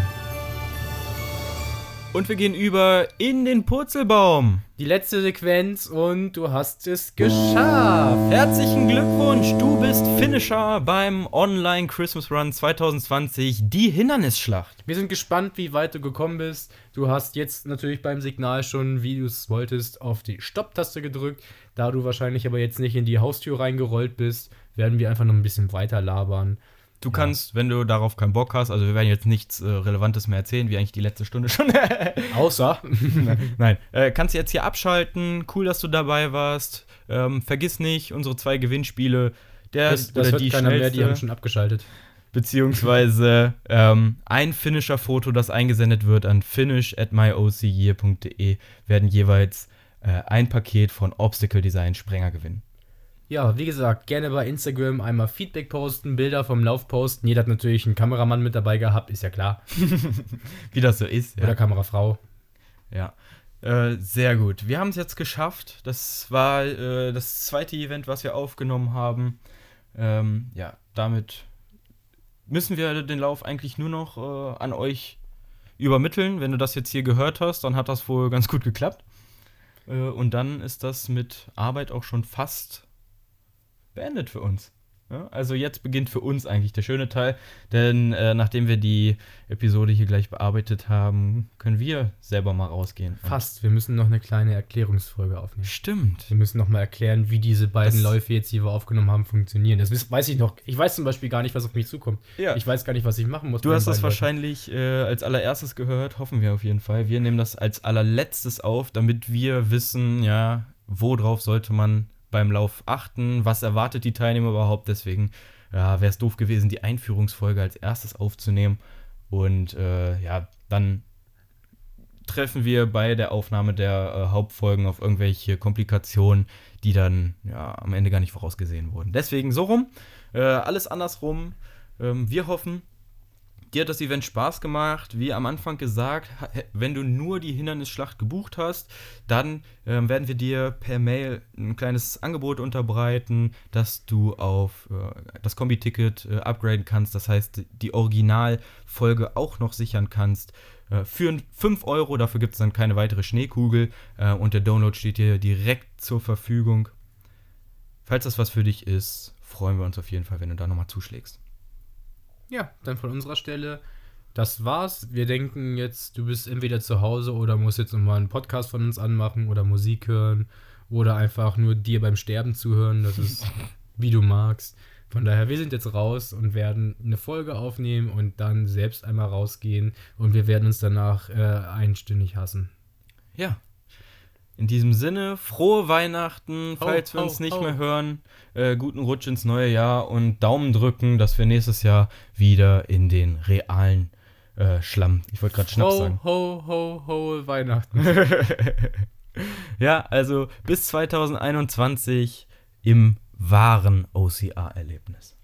Und wir gehen über in den Purzelbaum. Die letzte Sequenz und du hast es geschafft. Herzlichen Glückwunsch, du bist Finisher beim Online Christmas Run 2020, die Hindernisschlacht. Wir sind gespannt, wie weit du gekommen bist. Du hast jetzt natürlich beim Signal schon, wie du es wolltest, auf die Stopp-Taste gedrückt. Da du wahrscheinlich aber jetzt nicht in die Haustür reingerollt bist, werden wir einfach noch ein bisschen weiter labern. Du kannst, wenn du darauf keinen Bock hast, also wir werden jetzt nichts Relevantes mehr erzählen, wie eigentlich die letzte Stunde schon. Außer? Nein, kannst jetzt hier abschalten. Cool, dass du dabei warst. Vergiss nicht, unsere 2 Gewinnspiele. Das hört die keiner schnellste, mehr, die haben schon abgeschaltet. Beziehungsweise ein Finisher-Foto, das eingesendet wird an finish@myoceyear.de, werden jeweils ein Paket von Obstacle Design Sprenger gewinnen. Ja, wie gesagt, gerne bei Instagram einmal Feedback posten, Bilder vom Lauf posten. Jeder hat natürlich einen Kameramann mit dabei gehabt, ist ja klar. Wie das so ist. Oder Kamerafrau. Ja, sehr gut. Wir haben es jetzt geschafft. Das war das zweite Event, was wir aufgenommen haben. Ja, damit müssen wir den Lauf eigentlich nur noch an euch übermitteln. Wenn du das jetzt hier gehört hast, dann hat das wohl ganz gut geklappt. Und dann ist das mit Arbeit auch schon fast beendet für uns. Ja, also jetzt beginnt für uns eigentlich der schöne Teil, denn nachdem wir die Episode hier gleich bearbeitet haben, können wir selber mal rausgehen. Fast. Wir müssen noch eine kleine Erklärungsfolge aufnehmen. Stimmt. Wir müssen noch mal erklären, wie diese beiden Läufe jetzt, die wir aufgenommen haben, funktionieren. Das weiß ich noch. Ich weiß zum Beispiel gar nicht, was auf mich zukommt. Ja. Ich weiß gar nicht, was ich machen muss. Du hast das wahrscheinlich als allererstes gehört, hoffen wir auf jeden Fall. Wir nehmen das als allerletztes auf, damit wir wissen, ja, worauf sollte man beim Lauf achten, was erwartet die Teilnehmer überhaupt. Deswegen wäre es doof gewesen, die Einführungsfolge als erstes aufzunehmen. Und ja, dann treffen wir bei der Aufnahme der Hauptfolgen auf irgendwelche Komplikationen, die dann ja am Ende gar nicht vorausgesehen wurden. Deswegen so rum, alles andersrum. Wir hoffen, dir hat das Event Spaß gemacht. Wie am Anfang gesagt, wenn du nur die Hindernisschlacht gebucht hast, dann werden wir dir per Mail ein kleines Angebot unterbreiten, dass du auf das Kombi-Ticket upgraden kannst. Das heißt, die Originalfolge auch noch sichern kannst. Für 5 €, dafür gibt es dann keine weitere Schneekugel und der Download steht dir direkt zur Verfügung. Falls das was für dich ist, freuen wir uns auf jeden Fall, wenn du da nochmal zuschlägst. Ja, dann von unserer Stelle, das war's. Wir denken jetzt, du bist entweder zu Hause oder musst jetzt nochmal einen Podcast von uns anmachen oder Musik hören oder einfach nur dir beim Sterben zuhören. Das ist, wie du magst. Von daher, wir sind jetzt raus und werden eine Folge aufnehmen und dann selbst einmal rausgehen und wir werden uns danach einstündig hassen. Ja. In diesem Sinne, frohe Weihnachten, falls wir uns nicht mehr hören. Guten Rutsch ins neue Jahr und Daumen drücken, dass wir nächstes Jahr wieder in den realen Schlamm. Ich wollte gerade Schnaps sagen. Ho, Weihnachten. Ja, also bis 2021 im wahren OCR-Erlebnis.